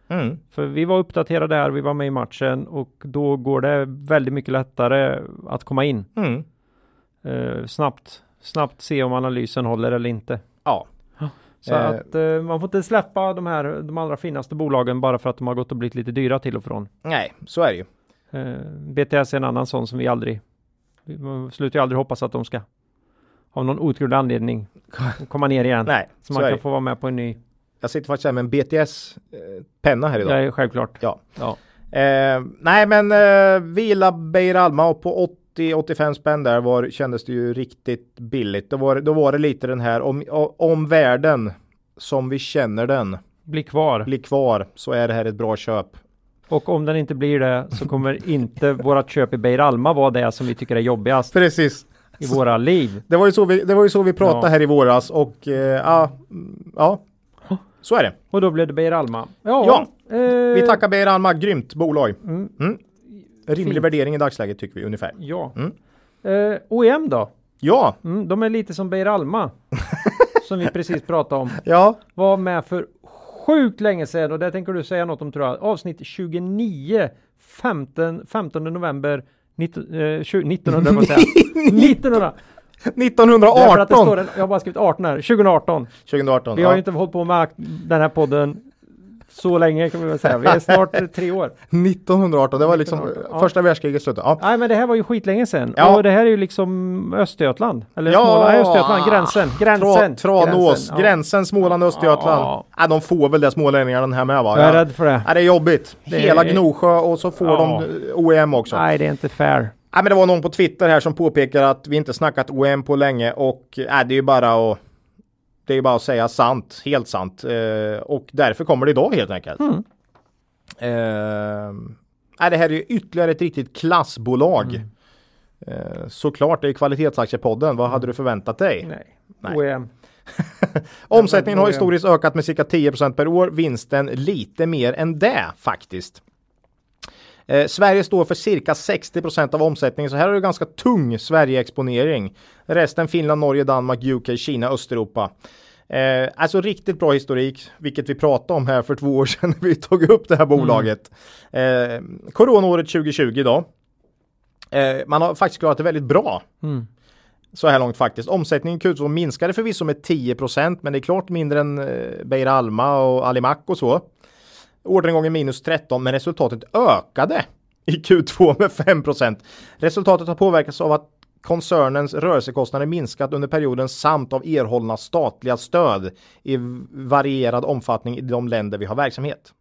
Mm. För vi var uppdaterade där, vi var med i matchen och då går det väldigt mycket lättare att komma in. Mm. Eh, snabbt, snabbt se om analysen håller eller inte. Ja. Så Eh. att eh, man får inte släppa de här de allra finaste bolagen bara för att de har gått och blivit lite dyra till och från. Nej, så är det ju. Eh, B T S är en annan sån som vi aldrig, vi slutar ju aldrig hoppas att de ska av någon outgrundlig anledning komma ner igen. Nej, så, så man är kan det. få vara med på en ny. Jag sitter faktiskt här med en B T S-penna här idag. Det är självklart. Ja. Ja. Eh, nej men eh, Vila Beijer Alma och på åttio till åttiofem spänn där var, kändes det ju riktigt billigt. Då var, då var det lite den här om, om världen som vi känner den Blir kvar. blir kvar, så är det här ett bra köp. Och om den inte blir det så kommer inte vårat köp i Beijer Alma vara det som vi tycker är jobbigast Precis. i våra liv. Det var ju så vi, det var ju så vi pratade Ja. här i våras och eh, ja, mm, ja, så är det. Och då blev det Beijer Alma. Ja, Ja, eh, Vi tackar Beijer Alma, grymt bolag. Mm. Mm. Rimlig Fint. värdering i dagsläget tycker vi ungefär. Ja. Mm. Eh, O E M då? Ja, Mm, de är lite som Beijer Alma. som vi precis pratade om. ja, Var med för sjukt länge sedan och det tänker du säga något om tror jag. Avsnitt tjugonio femton, femtonde november nitton, eh, tjugo, nittonhundra får jag säga. nittonhundra. Därför att det nittonhundraarton. står en, jag har bara skrivit arton här. tjugoarton. tjugoarton. Vi har ja. ju inte hållit på med den här podden så länge kan vi väl säga. Vi är snart tre år. nittonhundraarton, det var liksom nittonhundraarton, ja. första världskriget slutet. Ja. Nej men det här var ju skitlänge sedan. Ja. Och det här är ju liksom Östergötland. Eller Ja. Småland, nej, Östergötland, gränsen. Gränsen. Tra, Tranås, gränsen. Ja. gränsen, Småland, Östergötland. Ja. Ja, de får väl det smålänningarna den här med va? Jag är Ja. rädd för det. Ja, det är jobbigt. Det Hela är- Gnosjö och så får Ja. de eh, O E M också. Nej det är inte fair. Ja, men det var någon på Twitter här som påpekar att vi inte snackat O E M på länge och äh, det är ju bara att det är ju bara att säga sant, helt sant. Eh, och därför kommer det idag helt enkelt. Mm. Eh, nej, det här är ju ytterligare ett riktigt klassbolag. Mm. Eh, såklart, det är kvalitetsaktiepodden. Vad hade du förväntat dig? Nej. Nej. O E M. Omsättningen har O E M. historiskt ökat med cirka tio procent per år. Vinsten lite mer än det faktiskt. Eh, Sverige står för cirka sextio procent av omsättningen, så här är det ganska tung Sverige-exponering. Resten Finland, Norge, Danmark, U K, Kina, Östeuropa. Eh, alltså riktigt bra historik, vilket vi pratade om här för två år sedan när vi tog upp det här bolaget. Mm. Eh, Coronaåret tjugo tjugo då. Eh, man har faktiskt klarat det väldigt bra. Mm. Så här långt faktiskt. Omsättningen i Q två minskade förvisso med tio procent, men det är klart mindre än eh, Beijer Alma och Alimak och så. Orderingången minus tretton, men resultatet ökade i Q två med fem procent. Resultatet har påverkats av att koncernens rörelsekostnader minskat under perioden samt av erhållna statliga stöd i varierad omfattning i de länder vi har verksamhet.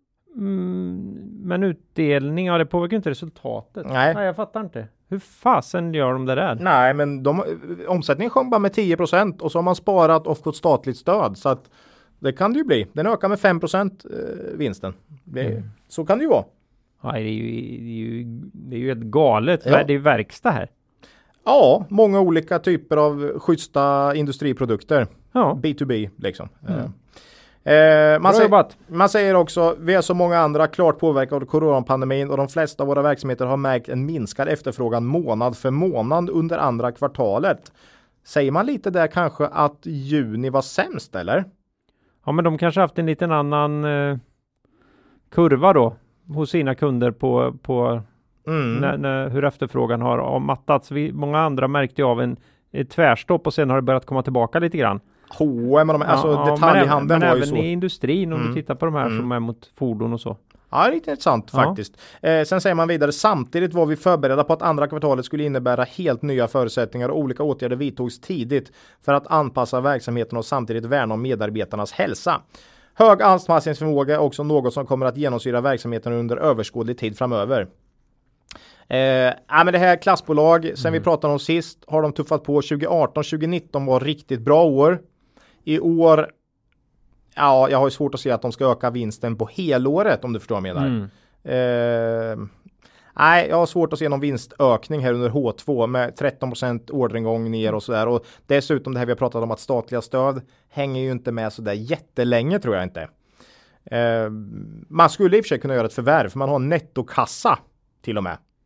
Mm, men utdelning, ja det påverkar inte resultatet. Nej. Nej, jag fattar inte. Hur fasen gör de det där? Nej, men de, omsättningen sjönk bara med tio procent och så har man sparat och fått statligt stöd, så att det kan det ju bli. Den ökar med fem procent eh, vinsten. Det, Mm. Så kan det ju vara. Nej, det är ju, det är ju, det är ju ett galet. Ja. Det är ju verkstad här. Ja, många olika typer av schyssta industriprodukter. Ja, B to B liksom. Mm. Eh, Eh, man, bra säger, jobbat. man säger också, vi är så många andra klart påverkade av coronapandemin och de flesta av våra verksamheter har märkt en minskad efterfrågan månad för månad under andra kvartalet. Säger man lite där kanske att juni var sämst eller? Ja, men de kanske haft en liten annan eh, kurva då hos sina kunder på, på Mm. när, när, hur efterfrågan har avmattats. Vi, många andra märkte ju av en ett tvärstopp och sen har det börjat komma tillbaka lite grann. H och M, alltså Ja, ja, detaljhandeln men, var ju men så. även i industrin om Mm. du tittar på de här Mm. som är mot fordon och så. Ja, det är lite intressant Ja. faktiskt. Eh, sen säger man vidare, samtidigt var vi förberedda på att andra kvartalet skulle innebära helt nya förutsättningar och olika åtgärder vidtogs tidigt för att anpassa verksamheten och samtidigt värna om medarbetarnas hälsa. Hög anpassningsförmåga är också något som kommer att genomsyra verksamheten under överskådlig tid framöver. Eh, ja, men det här klassbolag, sen Mm. vi pratade om sist, har de tuffat på. tjugo arton tjugo nitton var riktigt bra år. I år, ja, jag har ju svårt att se att de ska öka vinsten på helåret, om du förstår vad jag menar. Mm. Eh, nej, jag har svårt att se någon vinstökning här under H två med tretton procent orderingång ner och sådär. Och dessutom det här vi har pratat om att statliga stöd hänger ju inte med sådär jättelänge, tror jag inte. Eh, man skulle i och för sig kunna göra ett förvärv, för man har en nettokassa till och med.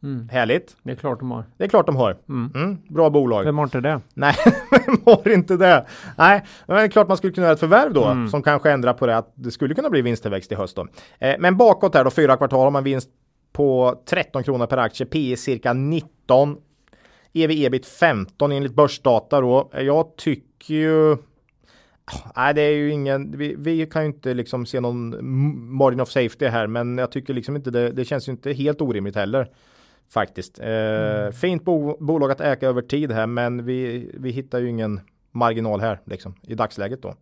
Mm. Härligt. Det är klart de har. Det är klart de har. Mm. Mm. Bra bolag. Vem har inte det? Nej, vem har inte det? Nej, men det är klart man skulle kunna göra ett förvärv då mm. som kanske ändrar på det att det skulle kunna bli vinsttillväxt i höst då. Eh, men bakåt här då, fyra kvartal har man vinst på tretton kronor per aktie, P E cirka nitton, E V ebit femton enligt börsdata då. Jag tycker ju nej, det är ju ingen, vi, vi kan ju inte liksom se någon margin of safety här, men jag tycker liksom inte det, det känns ju inte helt orimligt heller faktiskt. Eh, mm. Fint bo, bolag att äga över tid här, men vi, vi hittar ju ingen marginal här liksom i dagsläget då.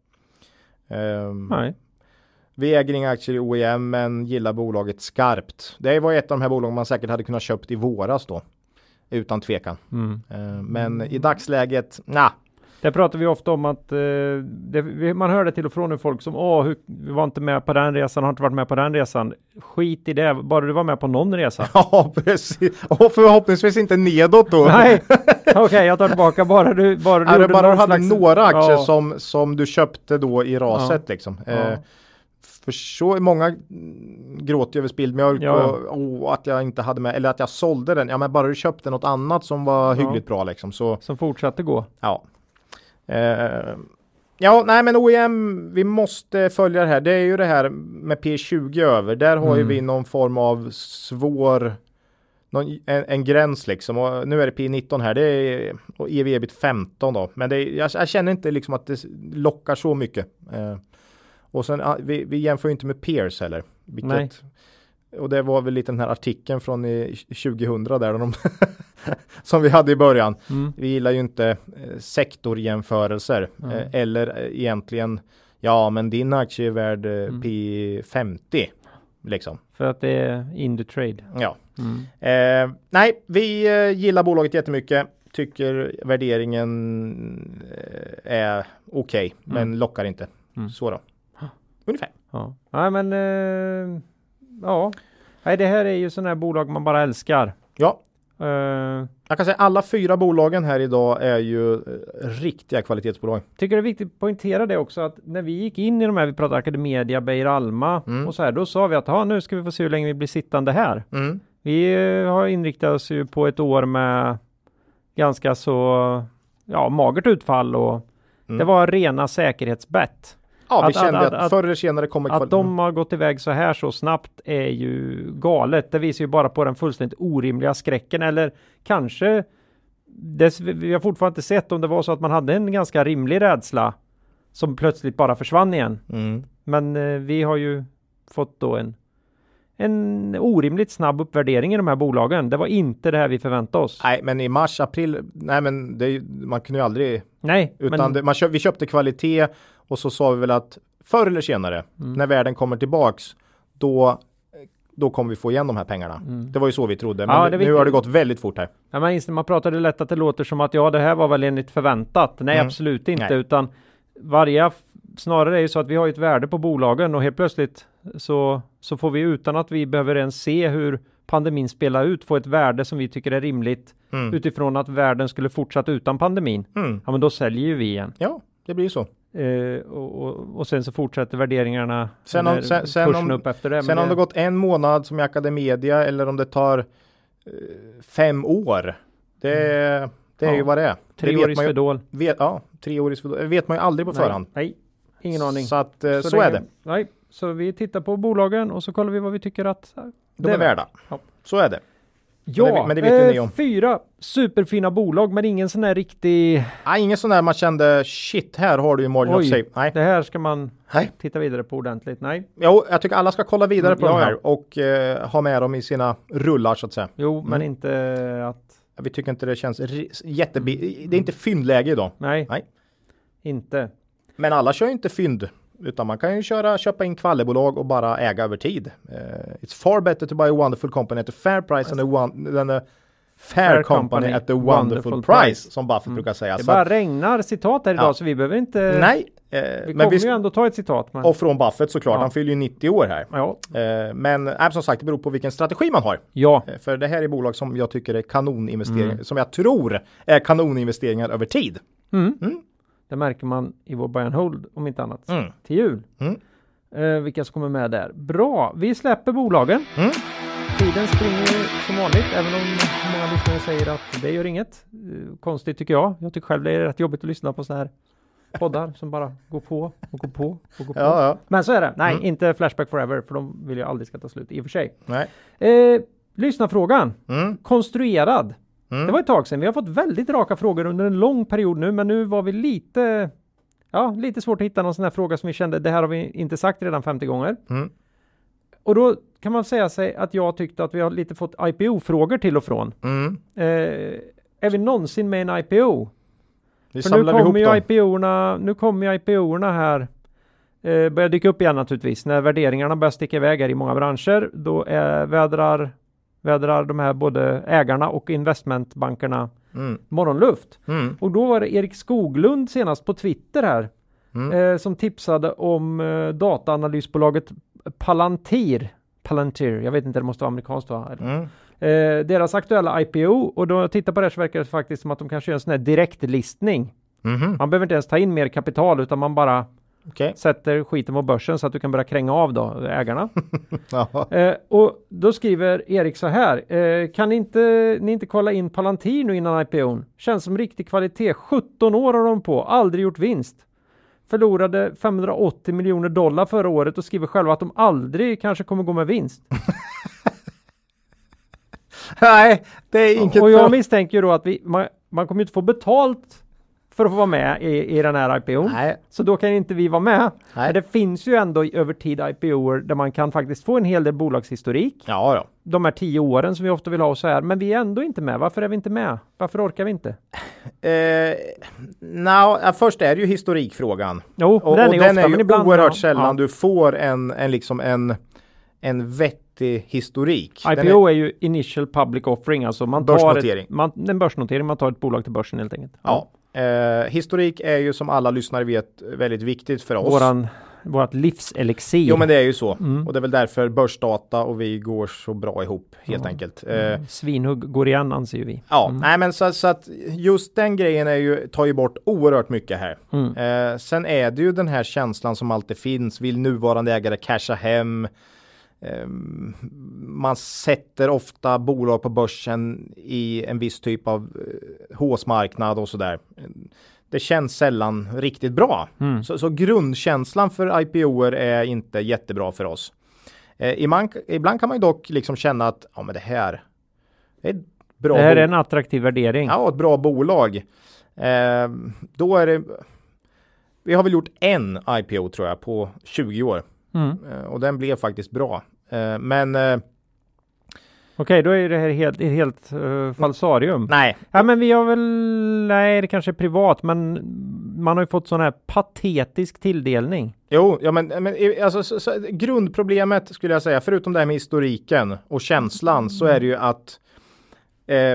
Eh, nej. Vi äger inga aktier i O E M men gillar bolaget skarpt. Det var ett av de här bolagen man säkert hade kunnat köpt i våras då. Utan tvekan. Mm. Eh, men i dagsläget, nej. Det pratar vi ofta om att eh, det, man hör det till och från nu folk som åh, hur, vi var inte med på den resan, har inte varit med på den resan. Skit i det, bara du var med på någon resa. Ja, precis. Och förhoppningsvis inte nedåt då. Nej, okej, okay, jag tar tillbaka. Bara du, bara du, ja, bara du hade slags... några aktier ja. som, som du köpte då i raset ja. liksom. Ja. Eh, för så många gråter över spilld mjölk ja. och, och att jag inte hade med, eller att jag sålde den. Ja, men bara du köpte något annat som var hyggligt ja. bra liksom. Så, som fortsatte gå. Ja. Uh, ja, nej men O E M, vi måste följa det här. Det är ju det här med P tjugo över. Där har mm. ju vi någon form av svår någon, en, en gräns liksom. Och nu är det P nitton här. Det är och E V ebit femton då. Men det är, jag, jag känner inte liksom att det lockar så mycket. Uh, och sen uh, vi, vi jämför ju inte med peers heller. Vilket, nej. Och det var väl lite den här artikeln från i tjugohundra där de som vi hade i början. Mm. Vi gillar ju inte eh, sektorjämförelser mm. eh, eller eh, egentligen ja men din aktie är värd eh, mm. P femtio liksom. För att det är in the trade. Ja. Mm. Eh, nej, vi eh, gillar bolaget jättemycket. Tycker värderingen eh, är okej okay, mm. men lockar inte. Mm. Så då. Ungefär. Ja. Nej men eh... ja, nej, det här är ju sådana här bolag man bara älskar. Ja. Uh, jag kan säga alla fyra bolagen här idag är ju riktiga kvalitetsbolag. Tycker det är viktigt att poängtera det också att när vi gick in i de här, vi pratade Academedia, Beijer Alma mm. och så här, då sa vi att ha, nu ska vi få se hur länge vi blir sittande här. Mm. Vi har inriktat oss ju på ett år med ganska så ja, magert utfall och mm. det var rena säkerhetsbett. Ja, vi att, kände att, att, att förr eller senare kommer kvalitet. Att de har gått iväg så här så snabbt är ju galet. Det visar ju bara på den fullständigt orimliga skräcken. Eller kanske, det, vi har fortfarande inte sett om det var så att man hade en ganska rimlig rädsla som plötsligt bara försvann igen. Mm. Men eh, vi har ju fått då en, en orimligt snabb uppvärdering i de här bolagen. Det var inte det här vi förväntade oss. Nej, men i mars, april, nej men det, man kunde ju aldrig... Nej, utan men... det, man köp, vi köpte kvalitet och så sa vi väl att förr eller senare, mm. när världen kommer tillbaks, då, då kommer vi få igen de här pengarna. Mm. Det var ju så vi trodde, men ja, nu, nu har det gått väldigt fort här. Ja, man, man pratade lätt att det låter som att ja, det här var väl enligt förväntat. Nej, mm. absolut inte, Nej. utan varje, snarare är det så att vi har ett värde på bolagen och helt plötsligt så, så får vi utan att vi behöver ens se hur pandemin spelar ut, få ett värde som vi tycker är rimligt mm. utifrån att världen skulle fortsatt utan pandemin. Mm. Ja, men då säljer ju vi igen. Ja, det blir så. Uh, och, och, och sen så fortsätter värderingarna sen om, sen, sen om, upp efter det. Sen om det, det gått en månad som i Academedia eller om det tar uh, fem år. Det, mm. det är ja. ju vad det är. Tre år i Swedol. Vet, ja, tre år i Swedol. Det vet man ju aldrig på nej, förhand. Nej, ingen aning. Så, att, uh, så, så är det. Nej, så vi tittar på bolagen och så kollar vi vad vi tycker att uh, de är värda. Ja. Så är det. Ja, men det, men det vet eh, ni om. Fyra superfina bolag men ingen sån här riktig... Nej, ingen sån där man kände shit, här har du ju margin of safety. Nej, det här ska man Nej. titta vidare på ordentligt. Nej. Jo, jag tycker alla ska kolla vidare på mm, de ja, här och eh, ha med dem i sina rullar så att säga. Jo, mm. men inte att... Vi tycker inte det känns jättebilligt. Mm. Det är inte fyndläge idag. Nej, Nej, inte. Men alla kör ju inte fynd. Utan man kan ju köra, köpa in kvallebolag och bara äga över tid. Uh, it's far better to buy a wonderful company at a fair price than a, one, than a fair, fair company, company at a wonderful, wonderful price, price. Som Buffett mm. brukar säga. Det så bara att, regnar citat här idag ja. så vi behöver inte... Nej. Uh, vi kommer vi, ju ändå ta ett citat. Men... Och från Buffett såklart. Ja. Han fyller ju nittio år här. Ja. Uh, men äh, som sagt, det beror på vilken strategi man har. Ja. Uh, för det här är bolag som jag tycker är kanoninvesteringar. Mm. Som jag tror är kanoninvesteringar över tid. Mm. Mm. Det märker man i vår buy and hold om inte annat. Mm. Till jul. Mm. Eh, vilka som kommer med där. Bra, vi släpper bolagen. Mm. tiden springer ju som vanligt, även om många lyssnare säger att det gör inget. Uh, konstigt tycker jag. Jag tycker själv det är rätt jobbigt att lyssna på så här poddar som bara går på och går på och går på. Ja, ja. Men så är det. Nej, Mm. inte Flashback Forever, för de vill jag aldrig ska ta slut i och för sig. Nej. Eh, lyssnarfrågan. Mm. Konstruerad. Mm. Det var ett tag sedan. Vi har fått väldigt raka frågor under en lång period nu, men nu var vi lite, ja, lite svårt att hitta någon sån här fråga som vi kände, det här har vi inte sagt redan femtio gånger. Mm. Och då kan man säga sig att jag tyckte att vi har lite fått I P O-frågor till och från. Mm. Eh, är vi någonsin med en I P O? Vi För nu samlar ihop kommer ju dem. I P O-erna, nu kommer ju I P O-erna här eh, börjar dyka upp igen naturligtvis. När värderingarna börjar sticka iväg här i många branscher, då är, vädrar, vädrar de här både ägarna och investmentbankerna Mm. morgonluft. Mm. Och då var det Erik Skoglund senast på Twitter här Mm. eh, som tipsade om eh, dataanalysbolaget Palantir. Palantir, jag vet inte, det måste vara amerikanskt va? Mm. Eh, deras aktuella I P O, och då tittar på det så verkar det faktiskt som att de kanske gör en sån här direktlistning. Mhm. Man behöver inte ens ta in mer kapital, utan man bara Okej. sätter skiten på börsen så att du kan börja kränga av då, ägarna. Ja. eh, och då skriver Erik så här, eh, kan inte, ni inte kolla in Palantir nu innan I P O:n? Känns som riktig kvalitet, sjutton år har de på, aldrig gjort vinst. Förlorade femhundraåttio miljoner dollar förra året och skriver själva att de aldrig kanske kommer gå med vinst. Nej, det är inget Och jag för- misstänker ju då att vi, man, man kommer inte få betalt för att få vara med i, i den här I P O:n. Nej. Så då kan inte vi vara med. Nej. Men det finns ju ändå över tid I P O:er där man kan faktiskt få en hel del bolagshistorik. Ja, ja. De här tio åren som vi ofta vill ha och så här. Men vi är ändå inte med. Varför är vi inte med? Varför orkar vi inte? Eh, no, ja, först är det ju historikfrågan. Jo, Och, den och är, den ofta, är ju men ibland, oerhört ja, sällan ja. du får en, en, liksom en, en vettig historik. I Den P O är, är ju initial public offering, alltså man tar Börsnotering. Ett, man, en börsnotering, man tar ett bolag till börsen helt enkelt. Ja. Eh, historik är ju som alla lyssnare vet väldigt viktigt för oss. Våran, vårat livselixir. Jo, men det är ju så. Mm. Och det är väl därför börsdata och vi går så bra ihop helt Ja. enkelt. Eh, Mm. Svinhugg går igen anser ju vi. Ja, Mm. nej men så, så att just den grejen är ju, tar ju bort oerhört mycket här. Mm. Eh, sen är det ju den här känslan som alltid finns. Vill nuvarande ägare casha hem? Eh, man sätter ofta bolag på börsen i en viss typ av eh, håsmarknad och sådär. Det känns sällan riktigt bra. Mm. Så, så grundkänslan för I P O:er är inte jättebra för oss. Eh, ibland, ibland kan man ju dock liksom känna att ja, men det här är ett bra Det här bo- är en attraktiv värdering. Ja, ett bra bolag. Eh, då är det... Vi har väl gjort en I P O tror jag på tjugo år. Mm. Eh, och den blev faktiskt bra. Eh, men eh, Okej, då är det här helt, ett helt uh, falsarium. nej. Ja, men vi har väl, nej det kanske är privat, men man har ju fått sån här patetisk tilldelning. Jo, ja, men, men eh, alltså, så, så, grundproblemet skulle jag säga, förutom det här med historiken och känslan, så är det ju att eh,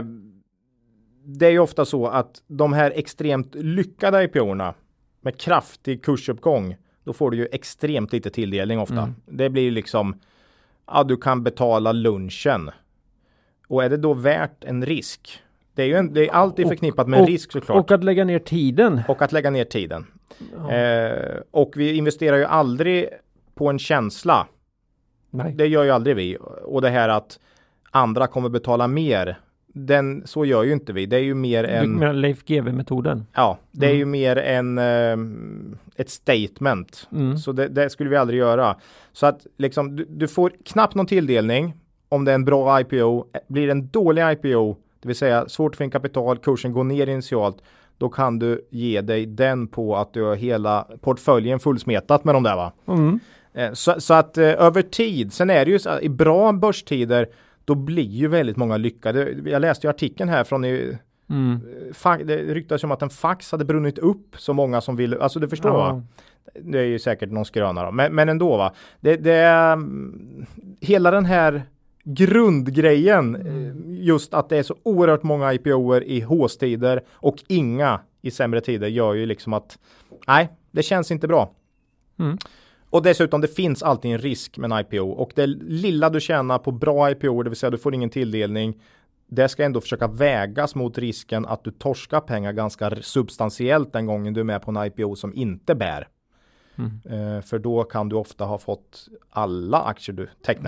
det är ju ofta så att de här extremt lyckade I P O:erna med kraftig kursuppgång, då får du ju extremt lite tilldelning ofta. Mm. Det blir ju liksom, ja, du kan betala lunchen. Och är det då värt en risk? Det är ju en, det är alltid Och- förknippat med en och- risk såklart. Och att lägga ner tiden. Och att lägga ner tiden. Ja. Eh, och vi investerar ju aldrig på en känsla. Nej. Det gör ju aldrig vi. Och det här att andra kommer betala mer. Den, så gör ju inte vi. Det är ju mer Du en... menar Leif G W-metoden. Ja, det är Mm. ju mer en, eh, ett statement. Mm. Så det, det skulle vi aldrig göra. Så att liksom, du, du får knappt någon tilldelning om det är en bra I P O. Blir det en dålig I P O, det vill säga svårt att få in kapital, kursen går ner initialt, då kan du ge dig den på att du har hela portföljen fullsmetat med de där va. Mm. Eh, Så, så att eh, över tid, sen är det ju så att i bra börstider, då blir ju väldigt många lyckade. Jag läste ju artikeln här från i, Mm. fa- det ryktas om att en fax hade brunnit upp så många som ville, alltså du förstår Ja. va? Det är ju säkert någon skröna då, men, men ändå va. Det, det är mm, hela den här grundgrejen, eh, just att det är så oerhört många I P O:er i håstider och inga i sämre tider gör ju liksom att nej, det känns inte bra. Mm. Och dessutom, det finns alltid en risk med en I P O. Och det lilla du tjänar på bra I P O, det vill säga du får ingen tilldelning, det ska ändå försöka vägas mot risken att du torskar pengar ganska substantiellt den gången du är med på en I P O som inte bär. Mm. Eh, för då kan du ofta ha fått alla aktier du tecknar dig för.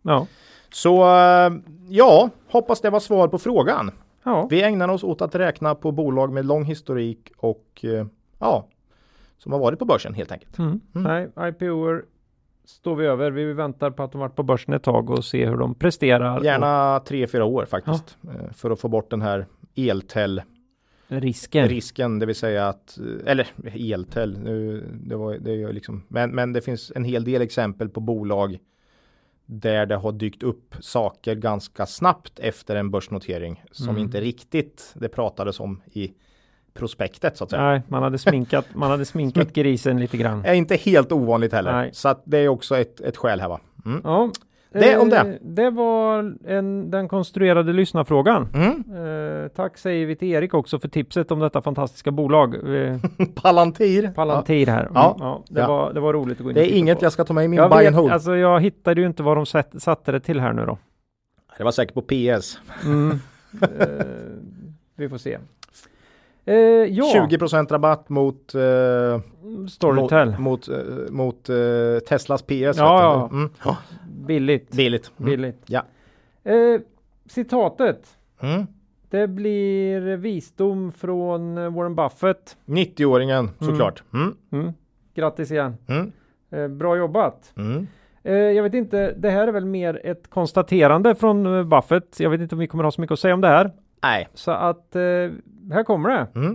Ja. Så ja, hoppas det var svar på frågan. Ja. Vi ägnar oss åt att räkna på bolag med lång historik och ja, som har varit på börsen helt enkelt. Mm. Mm. Nej, I P O-er står vi över. Vi väntar på att de varit på börsen ett tag och se hur de presterar. Gärna och... tre, fyra år faktiskt. Ja. För att få bort den här eltel risken. Risken, det vill säga att, eller eltel, nu, det var, det är liksom, men, men det finns en hel del exempel på bolag där det har dykt upp saker ganska snabbt efter en börsnotering som mm. inte riktigt det pratades om i prospektet så att säga. Nej, man hade sminkat, man hade sminkat grisen lite grann. Är inte helt ovanligt heller. Nej. Så att det är också ett, ett skäl här va. Mm. Ja. Det om det. Eh, det var en, den konstruerade lyssnarfrågan. Mm. Eh, tack säger vi till Erik också för tipset om detta fantastiska bolag. Eh, Palantir. Palantir här. Mm, ja. Ja, det, ja. Var, det var roligt att gå in Det är inget på. Jag ska ta med i min jag buy vet, and hold. Alltså jag hittade ju inte vad de satt, satte det till här nu då. Det var säkert på P S. Mm. eh, vi får se. Eh, ja. tjugo procent rabatt mot eh, Storytel. Mot, mot, eh, mot eh, Teslas P S. Ja, ja. Mm. Oh. Billigt. Billigt. Mm. Billigt. Ja. Eh, citatet. Mm. Det blir visdom från Warren Buffett. nittio-åringen såklart. Mm. Mm. Grattis igen. Mm. Eh, bra jobbat. Mm. Eh, jag vet inte, det här är väl mer ett konstaterande från uh, Buffett. Jag vet inte om vi kommer ha så mycket att säga om det här. Nej. Så att eh, här kommer det. Mm.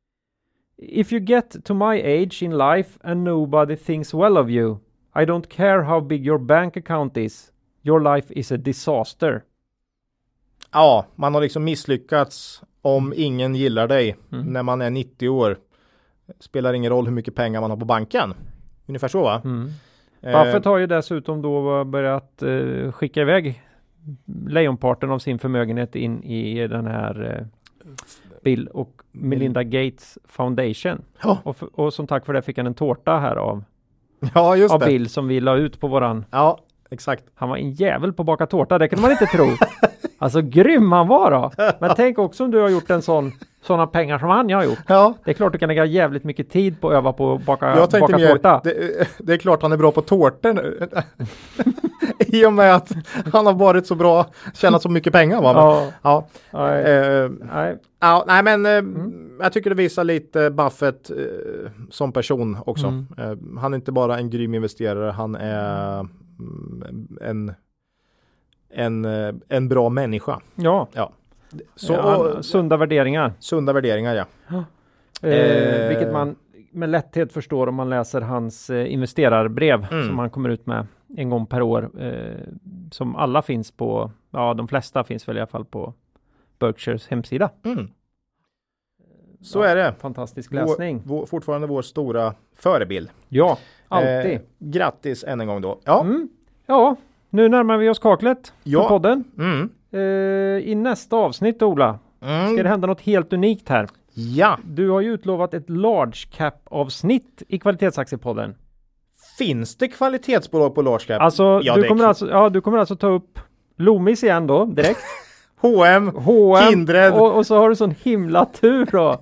If you get to my age in life and nobody thinks well of you, I don't care how big your bank account is. Your life is a disaster. Ja, man har liksom misslyckats om ingen gillar dig Mm. när man är nittio år. Spelar ingen roll hur mycket pengar man har på banken. Ungefär så va? Mm. Eh, Buffett har ju dessutom då börjat eh, skicka iväg lejonparten av sin förmögenhet in i den här eh, Bill och Melinda Gates Foundation. Ja. Och, för, och som tack för det fick han en tårta här av, ja, just av det. Bill som vi la ut på våran. Ja, exakt. Han var en jävel på att baka tårta, det kan man inte tro. Alltså grym han var då. Men tänk också om du har gjort en sån sådana pengar som han har gjort. Ja. Det är klart du kan lägga jävligt mycket tid på att öva på att baka, Jag tänkte baka mer, tårta. det, det är klart han är bra på tårtor nu. I och med att han har varit så bra, tjänat så mycket pengar va? Men, Ja. ja. Nej. Eh, Nej. ja, nej men eh, Mm. jag tycker det visar lite Buffett eh, som person också. Mm. Eh, han är inte bara en grym investerare, han är mm, en, en, eh, en bra människa. Ja. Ja. Så, Ja, och, sunda värderingar. sunda värderingar, ja. Eh, Eh. vilket man med lätthet förstår om man läser hans eh, investerarbrev Mm. som han kommer ut med en gång per år. Eh, som alla finns på, ja de flesta finns väl i alla fall på Berkshires hemsida. Mm. Så Ja, är det. Fantastisk läsning. Vår, vår, fortfarande vår stora förebild. Ja, alltid. Eh, grattis än en gång då. Ja. Mm. Ja, nu närmar vi oss kaklet Ja. för podden. Mm. Eh, I nästa avsnitt, Ola, Mm. ska det hända något helt unikt här. Ja. Du har ju utlovat ett large cap-avsnitt i Kvalitetsaktiepodden. Finns det kvalitetsbolag på large cap? Alltså, ja, du, det kommer är- alltså, ja, du kommer alltså ta upp Loomis igen då, direkt. H och M, H och M, Kindred. och, och så har du sån himla tur då.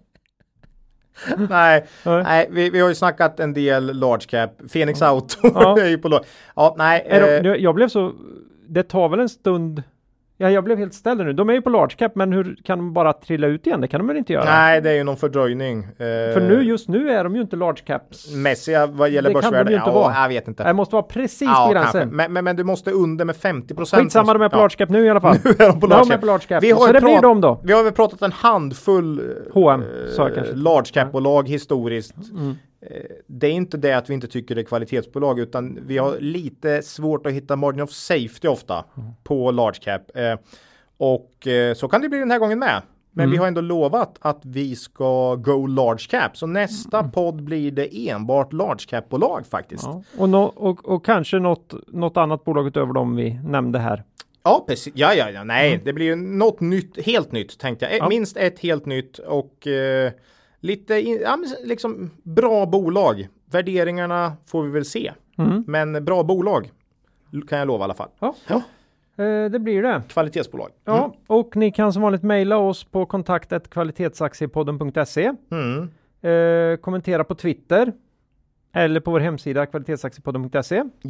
nej, Nej. nej vi, vi har ju snackat en del large cap. Phoenix Auto Ja. är ju på large. Ja, nej. Är de, eh, jag blev så, det tar väl en stund. Ja, jag blev helt ställd nu. De är ju på large cap, men hur kan de bara trilla ut igen? Det kan de väl inte göra? nej, det är ju någon fördröjning. Eh, För nu, just nu är de ju inte large caps. Mässiga vad gäller Det kan de börsvärde. ju inte ja, vara. jag vet inte. Det måste vara precis ja, på kanske. gränsen. Men, men, men du måste under med femtio procent. Skitsamma, de är på Ja. large cap nu i alla fall. Nu är de på Nu large är de cap. på large cap. Vi har Så ju det blir prat- de då. Vi har väl pratat en handfull eh, H och M, sa jag kanske. large cap-bolag historiskt. Mm. Eh, Det är inte det att vi inte tycker det är kvalitetsbolag, utan vi har lite svårt att hitta margin of safety ofta Mm. på large cap. Eh, Och eh, så kan det bli den här gången med. Men Mm. vi har ändå lovat att vi ska go large cap. Så nästa Mm. podd blir det enbart large cap-bolag faktiskt. Ja, Ja. Och, no, och, och kanske något, något annat bolag utöver dem vi nämnde här. precis. Ja, ja, ja. Nej, Mm. det blir ju något nytt, helt nytt tänkte jag. Eh, Ja. Minst ett helt nytt och eh, lite in, ja, men liksom bra bolag. Värderingarna får vi väl se. Mm. Men bra bolag kan jag lova i alla fall. Ja. Ja. Eh, det blir det. Kvalitetsbolag. Ja, och ni kan som vanligt mejla oss på kontakt kvalitetsaktiepodden punkt se. Mm. Eh, kommentera på Twitter eller på vår hemsida kvalitetsaktiepodden punkt se. Ja.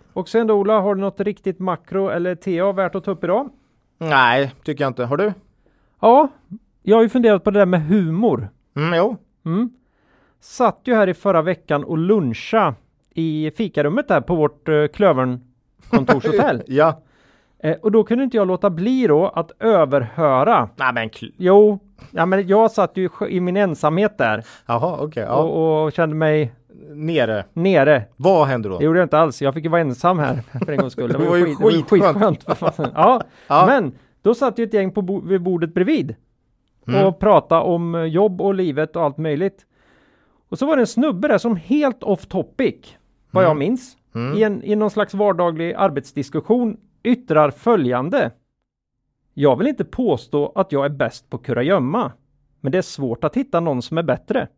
Och sen då Ola, har du något riktigt makro eller T A värt att ta upp idag? Nej, tycker jag inte. Har du? Ja, jag har ju funderat på det där med humor. Mm, jo. Mm. Satt ju här i förra veckan och luncha i fikarummet där på vårt uh, Klövern kontorshotell. Ja. Eh, och då kunde inte jag låta bli då att överhöra. Nej, men kl- Jo, ja, men jag satt ju i min ensamhet där. Jaha, okej. Okay, ja. och, och kände mig nere. Nere. Vad hände då? Det gjorde jag inte alls. Jag fick ju vara ensam här för en gångs skull. Det var ju skit, skit, skitskönt. Ja, ja, men då satt ju ett gäng på bo- vid bordet bredvid. Mm. Och pratade om jobb och livet och allt möjligt. Och så var det en snubbe där som helt off topic, vad mm. jag minns, mm. i, en, i någon slags vardaglig arbetsdiskussion yttrar följande. Jag vill inte påstå att jag är bäst på kurragömma, men det är svårt att hitta någon som är bättre.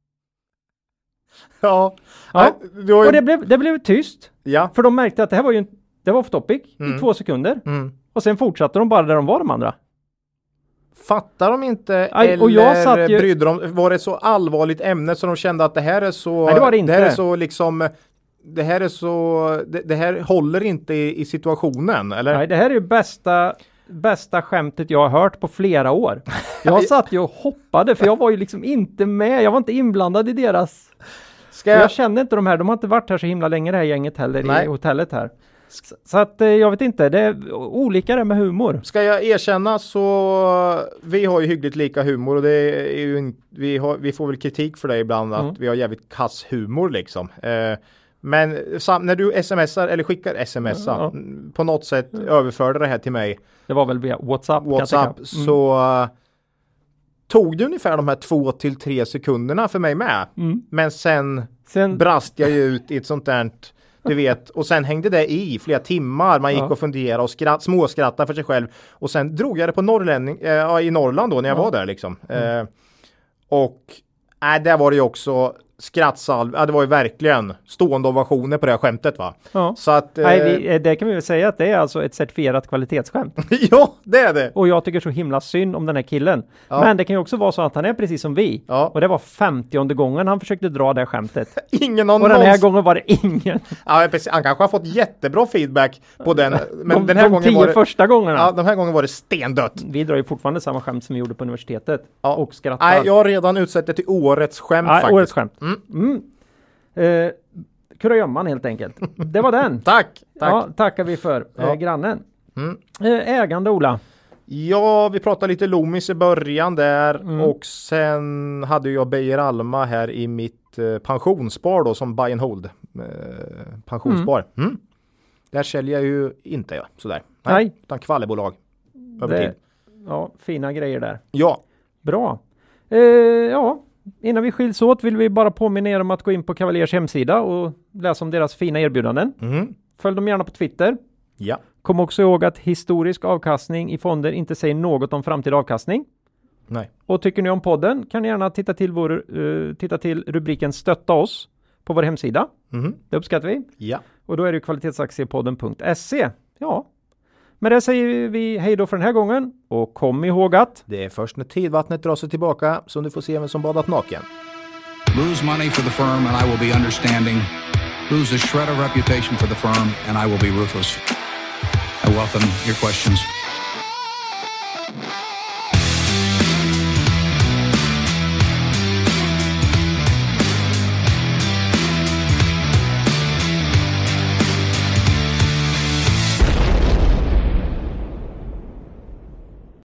Ja. ja. Nej, ju... Och det blev, det blev tyst. Ja. För de märkte att det här var ju en, det var off topic mm. i två sekunder. Mm. Och sen fortsatte de bara där de var, de andra. Fattar de inte Aj, eller och jag satt ju... brydde de, var det så allvarligt ämne så de kände att det här är så... Nej, det var det inte. Det här är så liksom... Det här är så... Det, det här håller inte i, i situationen, eller? Nej, det här är ju bästa... bästa skämtet jag har hört på flera år. Jag satt ju och hoppade för jag var ju liksom inte med. Jag var inte inblandad i deras... Ska jag... jag kände inte de här. De har inte varit här så himla länge det här gänget heller. Nej. I hotellet här. Så, så att jag vet inte. Det är olika det med humor. Ska jag erkänna så vi har ju hyggligt lika humor och det är ju vi, har, vi får väl kritik för det ibland att mm. vi har jävligt kass humor liksom. Eh, Men sam- när du smsar eller skickar smsar ja. på något sätt mm. överförde det här till mig. Det var väl via WhatsApp. WhatsApp mm. så uh, tog det ungefär de här två till tre sekunderna för mig med. Mm. Men sen, sen brast jag ju ut i ett sånt där, du vet. Och sen hängde det i flera timmar. Man gick ja. och funderade och skratt, småskrattade för sig själv. Och sen drog jag det på norrlänning, äh, i Norrland då när jag ja. var där liksom. Mm. Uh, och äh, där var det ju också... skrattsalv, ja det var ju verkligen stående ovationer på det här skämtet va. Ja. Så att, Nej, vi, det kan vi väl säga att det är alltså ett certifierat kvalitetsskämt. Ja, det är det. Och jag tycker så himla synd om den här killen. Ja. Men det kan ju också vara så att han är precis som vi. Ja. Och det var femtionde gången han försökte dra det här skämtet. Ingen någon och den här någons... gången var det ingen. Ja, precis. Han kanske har fått jättebra feedback på den. Men de, den här de gången tio var det... första gångerna. Ja, de här gången var det stendött. Vi drar ju fortfarande samma skämt som vi gjorde på universitetet. Ja. Och skrattar. Nej, jag har redan utsett det till årets skämt ja, faktiskt. Årets skämt. Mm. Mm. Eh, kurragömman helt enkelt. Det var den. Tack, tack. Ja, tackar vi för ja. eh, grannen. Mm. Eh, ägande Ola. Ja, vi pratade lite Loomis i början där mm. och sen hade jag Beijer Alma här i mitt eh, pensionsspar då som buy and hold eh, pensionsspar. Mm. Mm. Där säljer jag ju inte jag sådär. Nej, Nej. Utan kvalibolag över tid. Ja, fina grejer där. Ja. Bra. Eh, ja. Innan vi skiljs åt vill vi bara påminna er om att gå in på Cavaliers hemsida och läsa om deras fina erbjudanden. Mm. Följ dem gärna på Twitter. Ja. Kom också ihåg att historisk avkastning i fonder inte säger något om framtida avkastning. Nej. Och tycker ni om podden kan ni gärna titta till, vår, uh, titta till rubriken Stötta oss på vår hemsida. Mm. Det uppskattar vi. Ja. Och då är det kvalitetsaktiepodden punkt se. Ja. Med det säger vi hej då för den här gången och kom ihåg att det är först när tidvattnet drar sig tillbaka som du får se vem som badat naken. Lose money for the firm and I will be understanding. Lose a shred of reputation for the firm and I will be ruthless. I welcome your questions.